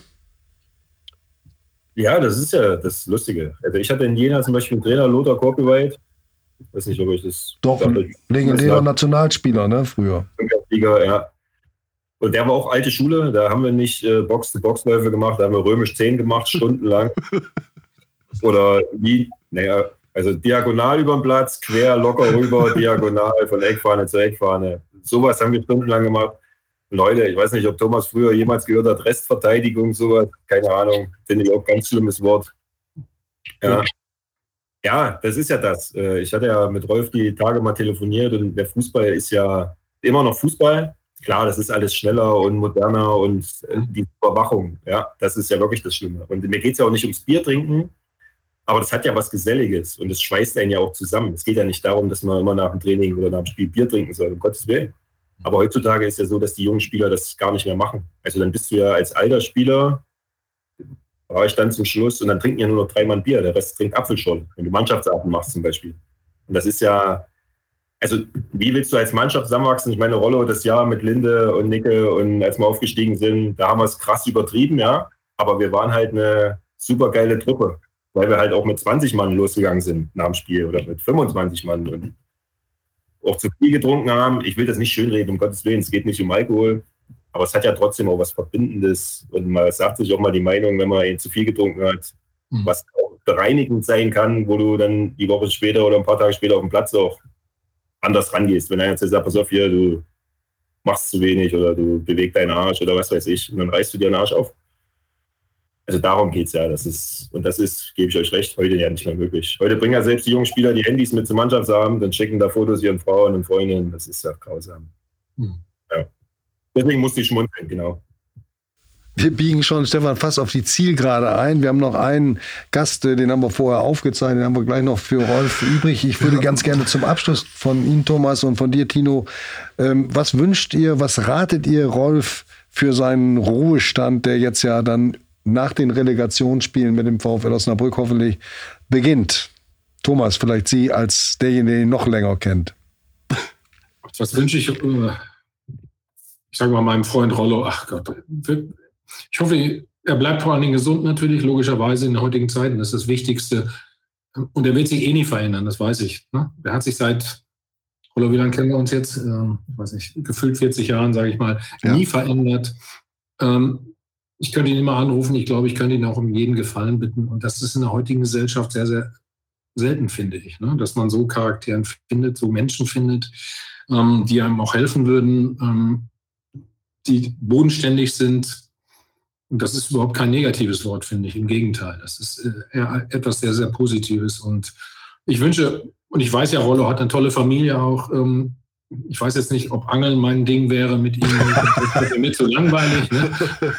Ja, das ist ja das Lustige. Also ich hatte in Jena zum Beispiel einen Trainer, Lothar Korpeweit. Ich weiß nicht, ob ich das... Doch, ein legendärer Nationalspieler, ne, früher. Liga, ja. Und der war auch alte Schule. Da haben wir nicht äh, Box-to-Box-Läufe gemacht, da haben wir römisch zehn gemacht, stundenlang. Oder wie, naja, also diagonal über den Platz, quer, locker rüber, diagonal, von Eckfahne zu Eckfahne. Sowas haben wir stundenlang gemacht. Leute, ich weiß nicht, ob Thomas früher jemals gehört hat, Restverteidigung, sowas, keine Ahnung, finde ich auch ein ganz schlimmes Wort. Ja. Ja, das ist ja das. Ich hatte ja mit Rolf die Tage mal telefoniert und der Fußball ist ja immer noch Fußball. Klar, das ist alles schneller und moderner und die Überwachung, ja, das ist ja wirklich das Schlimme. Und mir geht es ja auch nicht ums Bier trinken, aber das hat ja was Geselliges und das schweißt einen ja auch zusammen. Es geht ja nicht darum, dass man immer nach dem Training oder nach dem Spiel Bier trinken soll, um Gottes Willen. Aber heutzutage ist ja so, dass die jungen Spieler das gar nicht mehr machen. Also dann bist du ja als alter Spieler, war ich dann zum Schluss und dann trinken ja nur noch drei Mann Bier, der Rest trinkt Apfelschorle, wenn du Mannschaftsabend machst zum Beispiel. Und das ist ja, also wie willst du als Mannschaft zusammenwachsen? Ich meine, Rollo das Jahr mit Linde und Nicke und als wir aufgestiegen sind, da haben wir es krass übertrieben, ja. Aber wir waren halt eine super geile Truppe, weil wir halt auch mit zwanzig Mann losgegangen sind nach dem Spiel oder mit fünfundzwanzig Mann und auch zu viel getrunken haben. Ich will das nicht schönreden, um Gottes Willen, es geht nicht um Alkohol, aber es hat ja trotzdem auch was Verbindendes und man sagt sich auch mal die Meinung, wenn man eben zu viel getrunken hat, mhm. was auch bereinigend sein kann, wo du dann die Woche später oder ein paar Tage später auf dem Platz auch anders rangehst. Wenn einer jetzt sagt, pass auf hier, du machst zu wenig oder du bewegst deinen Arsch oder was weiß ich und dann reißt du dir den Arsch auf. Also darum geht es ja. Das ist, und das ist, gebe ich euch recht, heute ja nicht mehr möglich. Heute bringen ja selbst die jungen Spieler die Handys mit zum Mannschaftsabend, dann schicken da Fotos ihren Frauen und Freundinnen. Das ist ja grausam. Hm. Ja. Deswegen musste ich schmunzeln, genau. Wir biegen schon, Stefan, fast auf die Zielgerade ein. Wir haben noch einen Gast, den haben wir vorher aufgezeichnet, den haben wir gleich noch für Rolf übrig. Ich würde ganz gerne zum Abschluss von Ihnen, Thomas, und von dir, Tino, ähm, was wünscht ihr, was ratet ihr Rolf für seinen Ruhestand, der jetzt ja dann nach den Relegationsspielen mit dem VfL Osnabrück hoffentlich beginnt? Thomas, vielleicht Sie als derjenige, den ihn noch länger kennt. Was wünsche ich, äh, ich sage mal meinem Freund Rollo, ach Gott, ich hoffe, er bleibt vor allen Dingen gesund natürlich, logischerweise in den heutigen Zeiten, das ist das Wichtigste. Und er wird sich eh nie verändern, das weiß ich. Ne? Er hat sich seit, Rollo, wie lange kennen wir uns jetzt? Ähm, ich weiß nicht, gefühlt vierzig Jahren, sage ich mal, ja. nie verändert. Ähm, ich könnte ihn immer anrufen, ich glaube, ich könnte ihn auch um jeden Gefallen bitten. Und das ist in der heutigen Gesellschaft sehr, sehr selten, finde ich, ne? Dass man so Charakteren findet, so Menschen findet, ähm, die einem auch helfen würden, ähm, die bodenständig sind. Und das ist überhaupt kein negatives Wort, finde ich. Im Gegenteil, das ist äh, eher etwas sehr, sehr Positives. Und ich wünsche, und ich weiß ja, Rollo hat eine tolle Familie auch. Ähm, ich weiß jetzt nicht, ob Angeln mein Ding wäre mit ihm. Das wäre mir zu langweilig. Ne?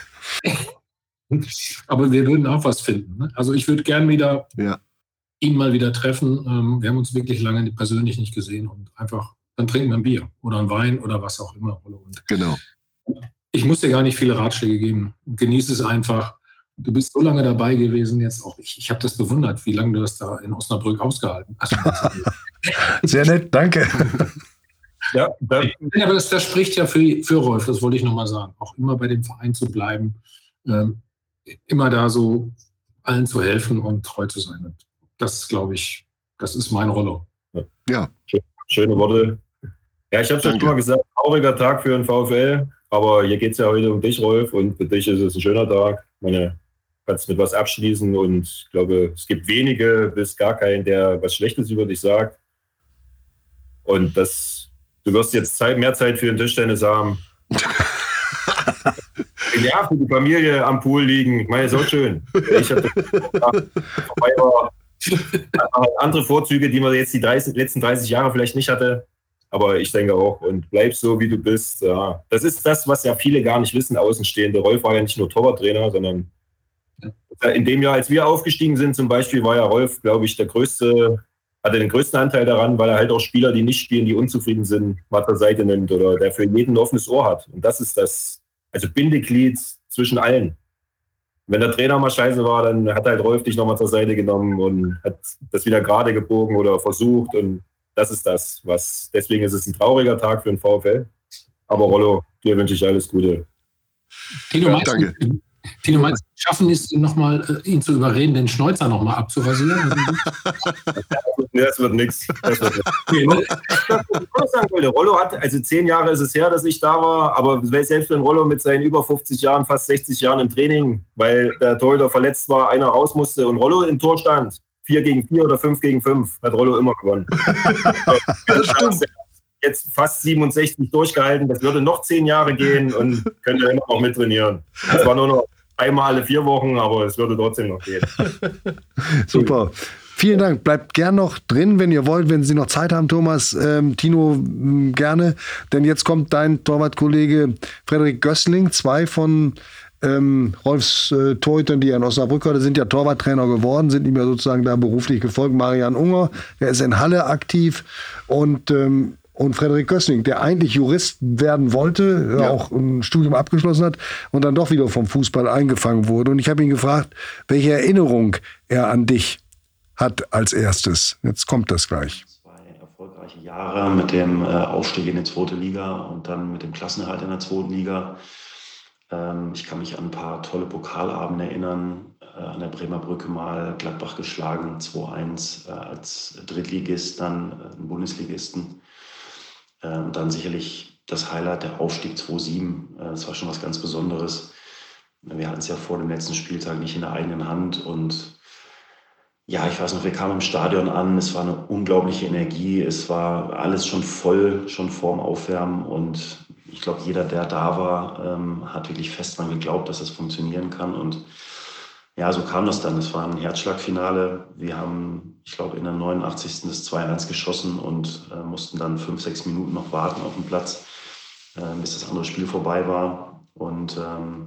Aber wir würden auch was finden. Ne? Also ich würde gern wieder ja. ihn mal wieder treffen. Ähm, wir haben uns wirklich lange persönlich nicht gesehen. Und einfach, dann trinken wir ein Bier oder ein Wein oder was auch immer. Und genau. Ich muss dir gar nicht viele Ratschläge geben. Genieß es einfach. Du bist so lange dabei gewesen jetzt auch. Ich, ich habe das bewundert, wie lange du das da in Osnabrück ausgehalten hast. Sehr nett, danke. Ja, ja, aber das, das spricht ja für, für Rolf, das wollte ich nochmal sagen. Auch immer bei dem Verein zu bleiben, ähm, immer da so allen zu helfen und treu zu sein. Und das, glaube ich, das ist mein Rollo. Ja. Schöne Worte. Ja, ich habe es ja schon mal gesagt, trauriger Tag für den VfL. Aber hier geht es ja heute um dich, Rolf, und für dich ist es ein schöner Tag. Ich meine, du kannst mit was abschließen und ich glaube, es gibt wenige bis gar keinen, der was Schlechtes über dich sagt. Und das, du wirst jetzt Zeit, mehr Zeit für den Tischtennis haben. Ja, für die Familie am Pool liegen. Ich meine, so schön. Ich hatte vorbei war, andere Vorzüge, die man jetzt die dreißig, letzten dreißig Jahre vielleicht nicht hatte. Aber ich denke auch, und bleib so, wie du bist. Ja. Das ist das, was ja viele gar nicht wissen, Außenstehende. Rolf war ja nicht nur Torwarttrainer, sondern in dem Jahr, als wir aufgestiegen sind zum Beispiel, war ja Rolf, glaube ich, der größte, hatte den größten Anteil daran, weil er halt auch Spieler, die nicht spielen, die unzufrieden sind, mal zur Seite nimmt oder der für jeden ein offenes Ohr hat. Und das ist das, also Bindeglied zwischen allen. Wenn der Trainer mal scheiße war, dann hat halt Rolf dich nochmal zur Seite genommen und hat das wieder gerade gebogen oder versucht. Und das ist das, was, deswegen ist es ein trauriger Tag für den VfL. Aber Rollo, dir wünsche ich alles Gute. Tino, meinst, danke. Tino, meinst du, schaffen ist nochmal, ihn zu überreden, den Schnäuzer nochmal abzurasieren? Nee, das wird nichts. Das wird nichts. Ich sagen wollte, Rollo hat, also zehn Jahre ist es her, dass ich da war, aber selbst wenn Rollo mit seinen über fünfzig Jahren, fast sechzig Jahren im Training, weil der Torhüter verletzt war, einer raus musste und Rollo im Tor stand, vier gegen vier oder fünf gegen fünf, hat Rollo immer gewonnen. Das stimmt. Jetzt fast siebenundsechzig durchgehalten, das würde noch zehn Jahre gehen und könnte immer noch mittrainieren. Das war nur noch einmal alle vier Wochen, aber es würde trotzdem noch gehen. Super. Vielen Dank. Bleibt gern noch drin, wenn ihr wollt, wenn Sie noch Zeit haben, Thomas. Ähm, Tino, mh, gerne. Denn jetzt kommt dein Torwartkollege Frederik Gößling, zwei von Ähm, Rolfs äh, Torhütern, die in Osnabrück heute sind ja Torwarttrainer geworden, sind ihm ja sozusagen da beruflich gefolgt. Marian Unger, der ist in Halle aktiv und, ähm, und Frederik Gößling, der eigentlich Jurist werden wollte, ja. auch ein Studium abgeschlossen hat und dann doch wieder vom Fußball eingefangen wurde. Und ich habe ihn gefragt, welche Erinnerung er an dich hat als erstes. Jetzt kommt das gleich. Zwei erfolgreiche Jahre mit dem äh, Aufstieg in die zweite Liga und dann mit dem Klassenerhalt in der zweiten Liga. Ich kann mich an ein paar tolle Pokalabende erinnern, äh, an der Bremer Brücke mal Gladbach geschlagen, zwei eins äh, als Drittligist, dann äh, einen Bundesligisten. Äh, und dann sicherlich das Highlight, der Aufstieg zwei sieben. Äh, das war schon was ganz Besonderes. Wir hatten es ja vor dem letzten Spieltag nicht in der eigenen Hand. Und ja, ich weiß noch, wir kamen im Stadion an, es war eine unglaubliche Energie, es war alles schon voll, schon vorm Aufwärmen. Und ich glaube, jeder, der da war, ähm, hat wirklich fest daran geglaubt, dass das funktionieren kann. Und ja, so kam das dann. Es war ein Herzschlagfinale. Wir haben, ich glaube, in der neunundachtzigsten das zwei eins geschossen und äh, mussten dann fünf, sechs Minuten noch warten auf dem Platz, äh, bis das andere Spiel vorbei war. Und ähm,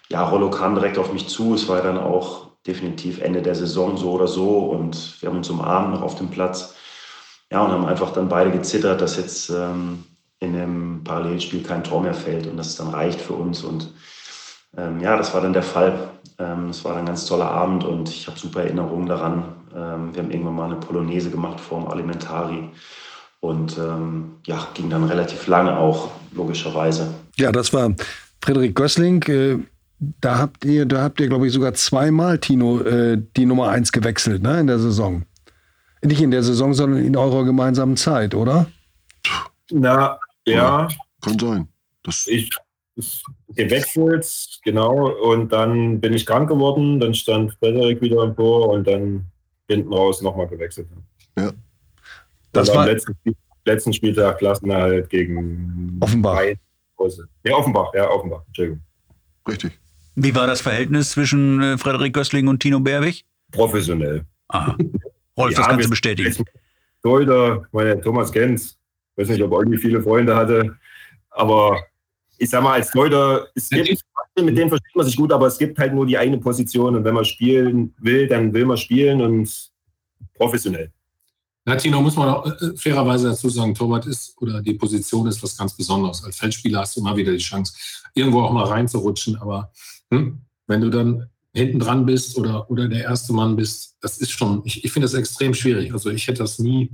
ja, Rollo kam direkt auf mich zu. Es war dann auch definitiv Ende der Saison so oder so und wir haben uns umarmt noch auf dem Platz. Ja, und haben einfach dann beide gezittert, dass jetzt ähm, in dem Parallelspiel kein Tor mehr fällt und dass es dann reicht für uns. Und ähm, ja, das war dann der Fall. Ähm, das war dann ein ganz toller Abend und ich habe super Erinnerungen daran. Ähm, wir haben irgendwann mal eine Polonaise gemacht vor dem Alimentari. Und ähm, ja, ging dann relativ lange auch, logischerweise. Ja, das war Frederik Gößling. Äh, da habt ihr, da habt ihr, glaube ich, sogar zweimal, Tino, äh, die Nummer eins gewechselt, ne, in der Saison. Nicht in der Saison, sondern in eurer gemeinsamen Zeit, oder? Na, ja. Kann sein. Das ich ich gewechselt, genau. Und dann bin ich krank geworden. Dann stand Frederik wieder im Tor und dann hinten raus nochmal gewechselt. Ja. Das war am letzten, letzten Spieltag Klassenerhalt gegen Offenbach. Ja, Offenbach, ja, Offenbach. Entschuldigung. Richtig. Wie war das Verhältnis zwischen äh, Frederik Gößling und Tino Berwig? Professionell. Aha. Rolf, ja, das kannst du bestätigen. Torhüter, meine Thomas kennt's. Ich weiß nicht, ob er irgendwie viele Freunde hatte. Aber ich sag mal, als Torhüter, es gibt, mit denen versteht man sich gut, aber es gibt halt nur die eine Position. Und wenn man spielen will, dann will man spielen und professionell. Na, Tino, muss man auch äh, fairerweise dazu sagen, Torwart ist oder die Position ist was ganz Besonderes. Als Feldspieler hast du immer wieder die Chance, irgendwo auch mal reinzurutschen. Aber hm, wenn du dann hinten dran bist oder, oder der erste Mann bist, das ist schon, ich, ich finde das extrem schwierig. Also ich hätte das nie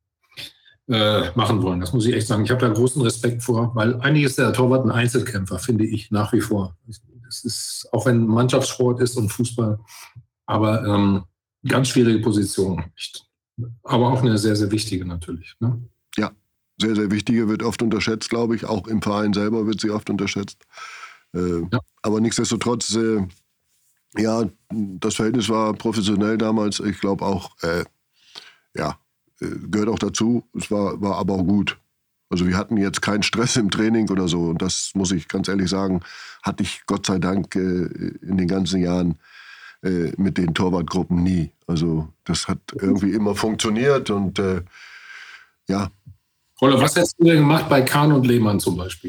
äh, machen wollen, das muss ich echt sagen. Ich habe da großen Respekt vor, weil eigentlich ist der Torwart ein Einzelkämpfer, finde ich, nach wie vor. Das ist, auch wenn Mannschaftssport ist und Fußball, aber ähm, ganz schwierige Position. Echt. Aber auch eine sehr, sehr wichtige natürlich. Ne? Ja, sehr, sehr wichtige, wird oft unterschätzt, glaube ich. Auch im Verein selber wird sie oft unterschätzt. Äh, ja. Aber nichtsdestotrotz, äh, ja, das Verhältnis war professionell damals. Ich glaube auch, äh, ja, äh, gehört auch dazu. Es war, war aber auch gut. Also wir hatten jetzt keinen Stress im Training oder so. Und das muss ich ganz ehrlich sagen, hatte ich Gott sei Dank äh, in den ganzen Jahren äh, mit den Torwartgruppen nie. Also das hat irgendwie immer funktioniert und äh, ja. Rolle, was hättest du denn gemacht bei Kahn und Lehmann zum Beispiel?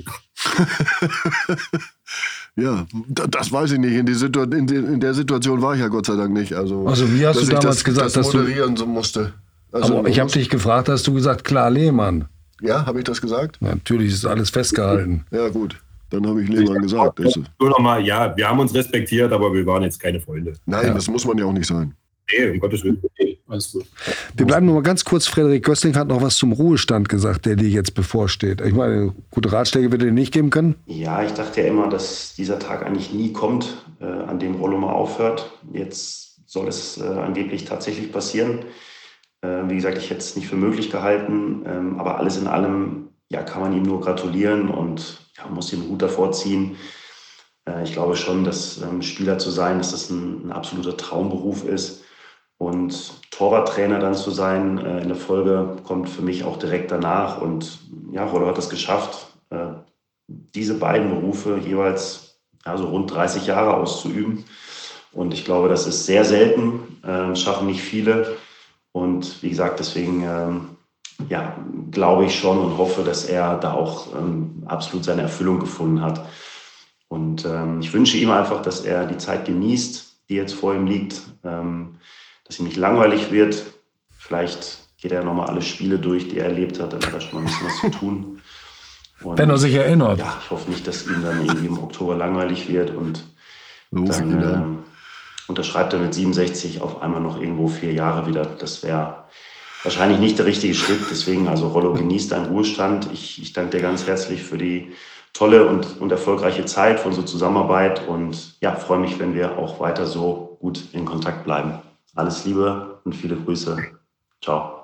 Ja, das weiß ich nicht. In, die Situ- in, die, in der Situation war ich ja Gott sei Dank nicht. Also, also wie hast du damals das, gesagt, das dass du moderieren so musste? Also, aber ich habe dich gefragt, hast du gesagt, klar, Lehmann. Ja, habe ich das gesagt? Ja, natürlich ist alles festgehalten. Ja gut, dann habe ich Lehmann gesagt. Also. Nur nochmal, ja, wir haben uns respektiert, aber wir waren jetzt keine Freunde. Nein, ja. Das muss man ja auch nicht sein. Nee, um Gottes Willen. Nee, alles gut. Wir bleiben noch mal ganz kurz. Frederik Gößling hat noch was zum Ruhestand gesagt, der dir jetzt bevorsteht. Ich meine, gute Ratschläge wird er dir nicht geben können? Ja, ich dachte ja immer, dass dieser Tag eigentlich nie kommt, äh, an dem Rollo mal aufhört. Jetzt soll es äh, angeblich tatsächlich passieren. Äh, wie gesagt, ich hätte es nicht für möglich gehalten, ähm, aber alles in allem ja, kann man ihm nur gratulieren und ja, muss den Hut davor ziehen. Äh, ich glaube schon, dass ähm, Spieler zu sein, dass das ein, ein absoluter Traumberuf ist. Und Torwarttrainer dann zu sein äh, in der Folge kommt für mich auch direkt danach. Und ja, Rollo hat es geschafft, äh, diese beiden Berufe jeweils ja, so rund dreißig Jahre auszuüben. Und ich glaube, das ist sehr selten, äh, schaffen nicht viele. Und wie gesagt, deswegen ähm, ja, glaube ich schon und hoffe, dass er da auch ähm, absolut seine Erfüllung gefunden hat. Und ähm, ich wünsche ihm einfach, dass er die Zeit genießt, die jetzt vor ihm liegt. Ähm, dass ihm nicht langweilig wird. Vielleicht geht er nochmal alle Spiele durch, die er erlebt hat. Dann hat er schon mal ein bisschen was zu tun. Und wenn er sich erinnert. Ja, ich hoffe nicht, dass ihm dann irgendwie im Oktober langweilig wird. Und so dann ähm, unterschreibt er mit siebenundsechzig auf einmal noch irgendwo vier Jahre wieder. Das wäre wahrscheinlich nicht der richtige Schritt. Deswegen, also Rollo, genießt deinen Ruhestand. Ich, ich danke dir ganz herzlich für die tolle und, und erfolgreiche Zeit von so Zusammenarbeit. Und ja, freue mich, wenn wir auch weiter so gut in Kontakt bleiben. Alles Liebe und viele Grüße. Ciao.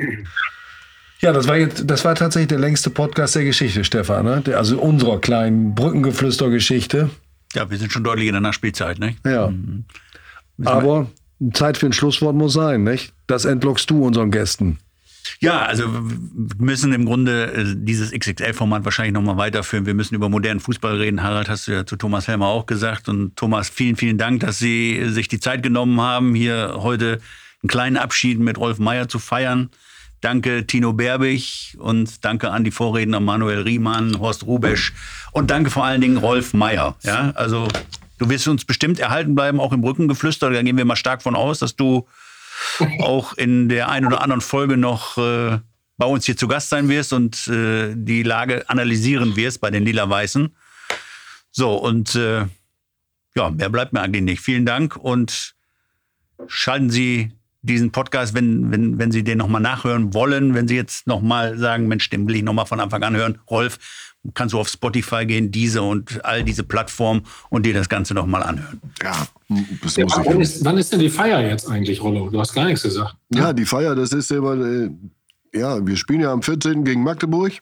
Ja, das war jetzt, das war tatsächlich der längste Podcast der Geschichte, Stefan, ne? Der, also unserer kleinen Brückengeflüster-Geschichte. Ja, wir sind schon deutlich in der Nachspielzeit, ne? Ja. Mhm. Aber Zeit für ein Schlusswort muss sein, nicht? Das entlockst du unseren Gästen. Ja, also wir müssen im Grunde dieses X X L-Format wahrscheinlich nochmal weiterführen. Wir müssen über modernen Fußball reden. Harald, hast du ja zu Thomas Helmer auch gesagt. Und Thomas, vielen, vielen Dank, dass Sie sich die Zeit genommen haben, hier heute einen kleinen Abschied mit Rolf Meier zu feiern. Danke Tino Berbig und danke an die Vorredner Manuel Riemann, Horst Rubesch und danke vor allen Dingen Rolf Meier. Ja, also du wirst uns bestimmt erhalten bleiben, auch im Rückengeflüster. Da gehen wir mal stark von aus, dass du auch in der einen oder anderen Folge noch äh, bei uns hier zu Gast sein wirst und äh, die Lage analysieren wirst bei den Lila-Weißen. So, und äh, ja, mehr bleibt mir eigentlich nicht. Vielen Dank und schalten Sie diesen Podcast, wenn, wenn, wenn Sie den nochmal nachhören wollen, wenn Sie jetzt nochmal sagen, Mensch, den will ich nochmal von Anfang an hören. Rolf, kannst du auf Spotify gehen, diese und all diese Plattformen und dir das Ganze nochmal anhören. Ja, das Ja, muss ich. wann, ist, wann ist denn die Feier jetzt eigentlich, Rollo? Du hast gar nichts gesagt. Ja, die Feier, das ist immer, äh, ja, wir spielen ja am vierzehnten gegen Magdeburg.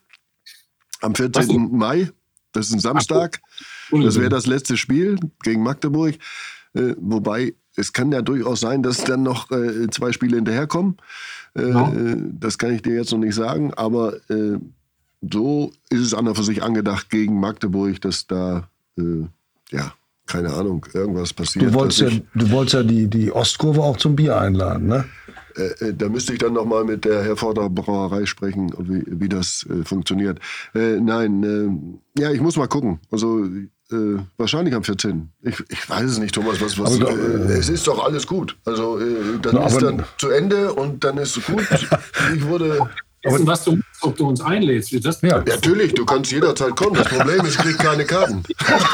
Am vierzehnten Mai, das ist ein Samstag. Das wäre das letzte Spiel gegen Magdeburg. Äh, wobei, es kann ja durchaus sein, dass dann noch äh, zwei Spiele hinterherkommen. Äh, Ja. Das kann ich dir jetzt noch nicht sagen. Aber äh, so ist es an und für sich angedacht gegen Magdeburg, dass da, äh, ja, keine Ahnung, irgendwas passiert. Du wolltest, ja, dass ich- du wolltest ja die, die Ostkurve auch zum Bier einladen, ne? Äh, äh, da müsste ich dann nochmal mit der Herforder Brauerei sprechen, wie, wie das äh, funktioniert. Äh, nein, äh, ja, ich muss mal gucken. Also äh, wahrscheinlich am vierzehnten. Ich, ich weiß es nicht, Thomas. Was, was, Aber äh, doch, äh, es ist doch alles gut. Also äh, dann Na, ist aber- dann zu Ende und dann ist es gut. Ich wurde... Wissen, was du, ob du uns einlädst. Das, Ja. Ja, natürlich, du kannst jederzeit kommen. Das Problem ist, ich krieg keine Karten.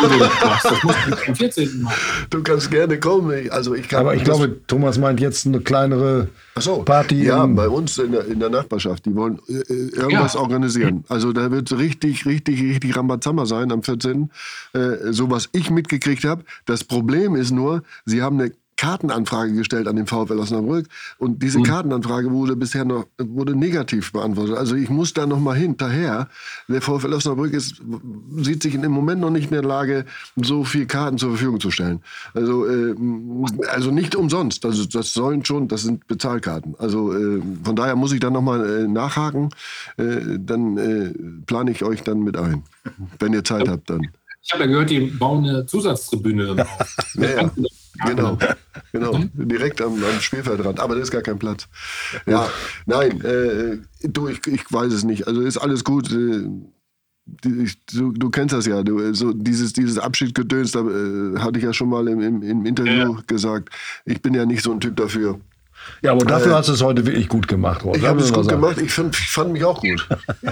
das musst du am vierzehnten machen. Du kannst gerne kommen. Also ich kann Aber ich das- glaube, Thomas meint jetzt eine kleinere Ach so. Party. Ja, im- bei uns in der, in der Nachbarschaft. Die wollen äh, äh, irgendwas Ja. organisieren. Also da wird richtig, richtig, richtig Rambazamba sein am vierzehnten Äh, so was ich mitgekriegt habe. Das Problem ist nur, sie haben eine Kartenanfrage gestellt an den VfL Osnabrück und diese Kartenanfrage wurde bisher noch wurde negativ beantwortet. Also ich muss da noch mal hinterher. Der VfL Osnabrück ist, sieht sich im Moment noch nicht in der Lage, so viel Karten zur Verfügung zu stellen. Also, äh, also nicht umsonst. Also das sollen schon, das sind Bezahlkarten. Also äh, von daher muss ich da noch mal äh, nachhaken. Äh, dann äh, plane ich euch dann mit ein, wenn ihr Zeit habt dann. Ich habe ja gehört, die bauen eine Zusatztribüne dann auf. Ja, ja. Genau, genau. Direkt am, am Spielfeldrand. Aber da ist gar kein Platz. Ja, nein, äh, du, ich, ich weiß es nicht. Also ist alles gut. Äh, die, ich, du, du kennst das ja. Du, so dieses, dieses Abschiedsgedöns, da äh, hatte ich ja schon mal im, im, im Interview Ja. gesagt. Ich bin ja nicht so ein Typ dafür. Ja, aber dafür Äh, hast du es heute wirklich gut gemacht, Rolf. Ich Da habe muss es man gut sagen. gemacht. Ich fand, ich fand mich auch gut.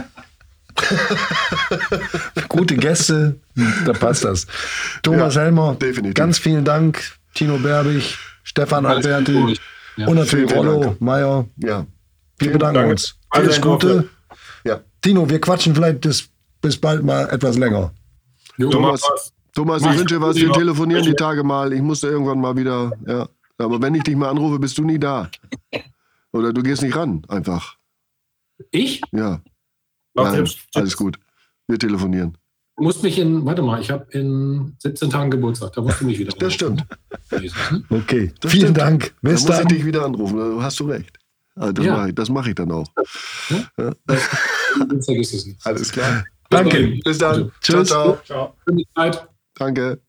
Gute Gäste, da passt das. Thomas Ja, Helmer, definitiv. ganz vielen Dank. Tino Berbig, Stefan Alles Alberti Gute. Ja. und natürlich Vielen, vielen Rollo Dank. Meier. Ja. Wir Vielen bedanken Dank. uns. Also Alles ein Wort Gute. Ja. Tino, wir quatschen vielleicht bis, bis bald mal etwas länger. Jo, Thomas, was. Thomas, ich Mach's wünsche was. gut, Wir lieber. telefonieren die Tage mal. Ich musste irgendwann mal wieder. Ja. Aber wenn ich dich mal anrufe, bist du nie da. Oder du gehst nicht ran, einfach. Ich Ja. Mach Nein, selbst. alles gut. Wir telefonieren. muss mich in, warte mal, ich habe in siebzehn Tagen Geburtstag, da musst du mich wieder Das stimmt. anrufen. Okay, Das vielen stimmt. Dank. Da Bis muss ich dann. dich wieder anrufen. Da hast du recht. Ah, Das Ja. mache ich, das mach ich dann auch. Vergiss es nicht. Alles klar. Danke. Bis dann. Also, Ciao, Tschüss. ciao. Ciao. Schöne Zeit. Danke.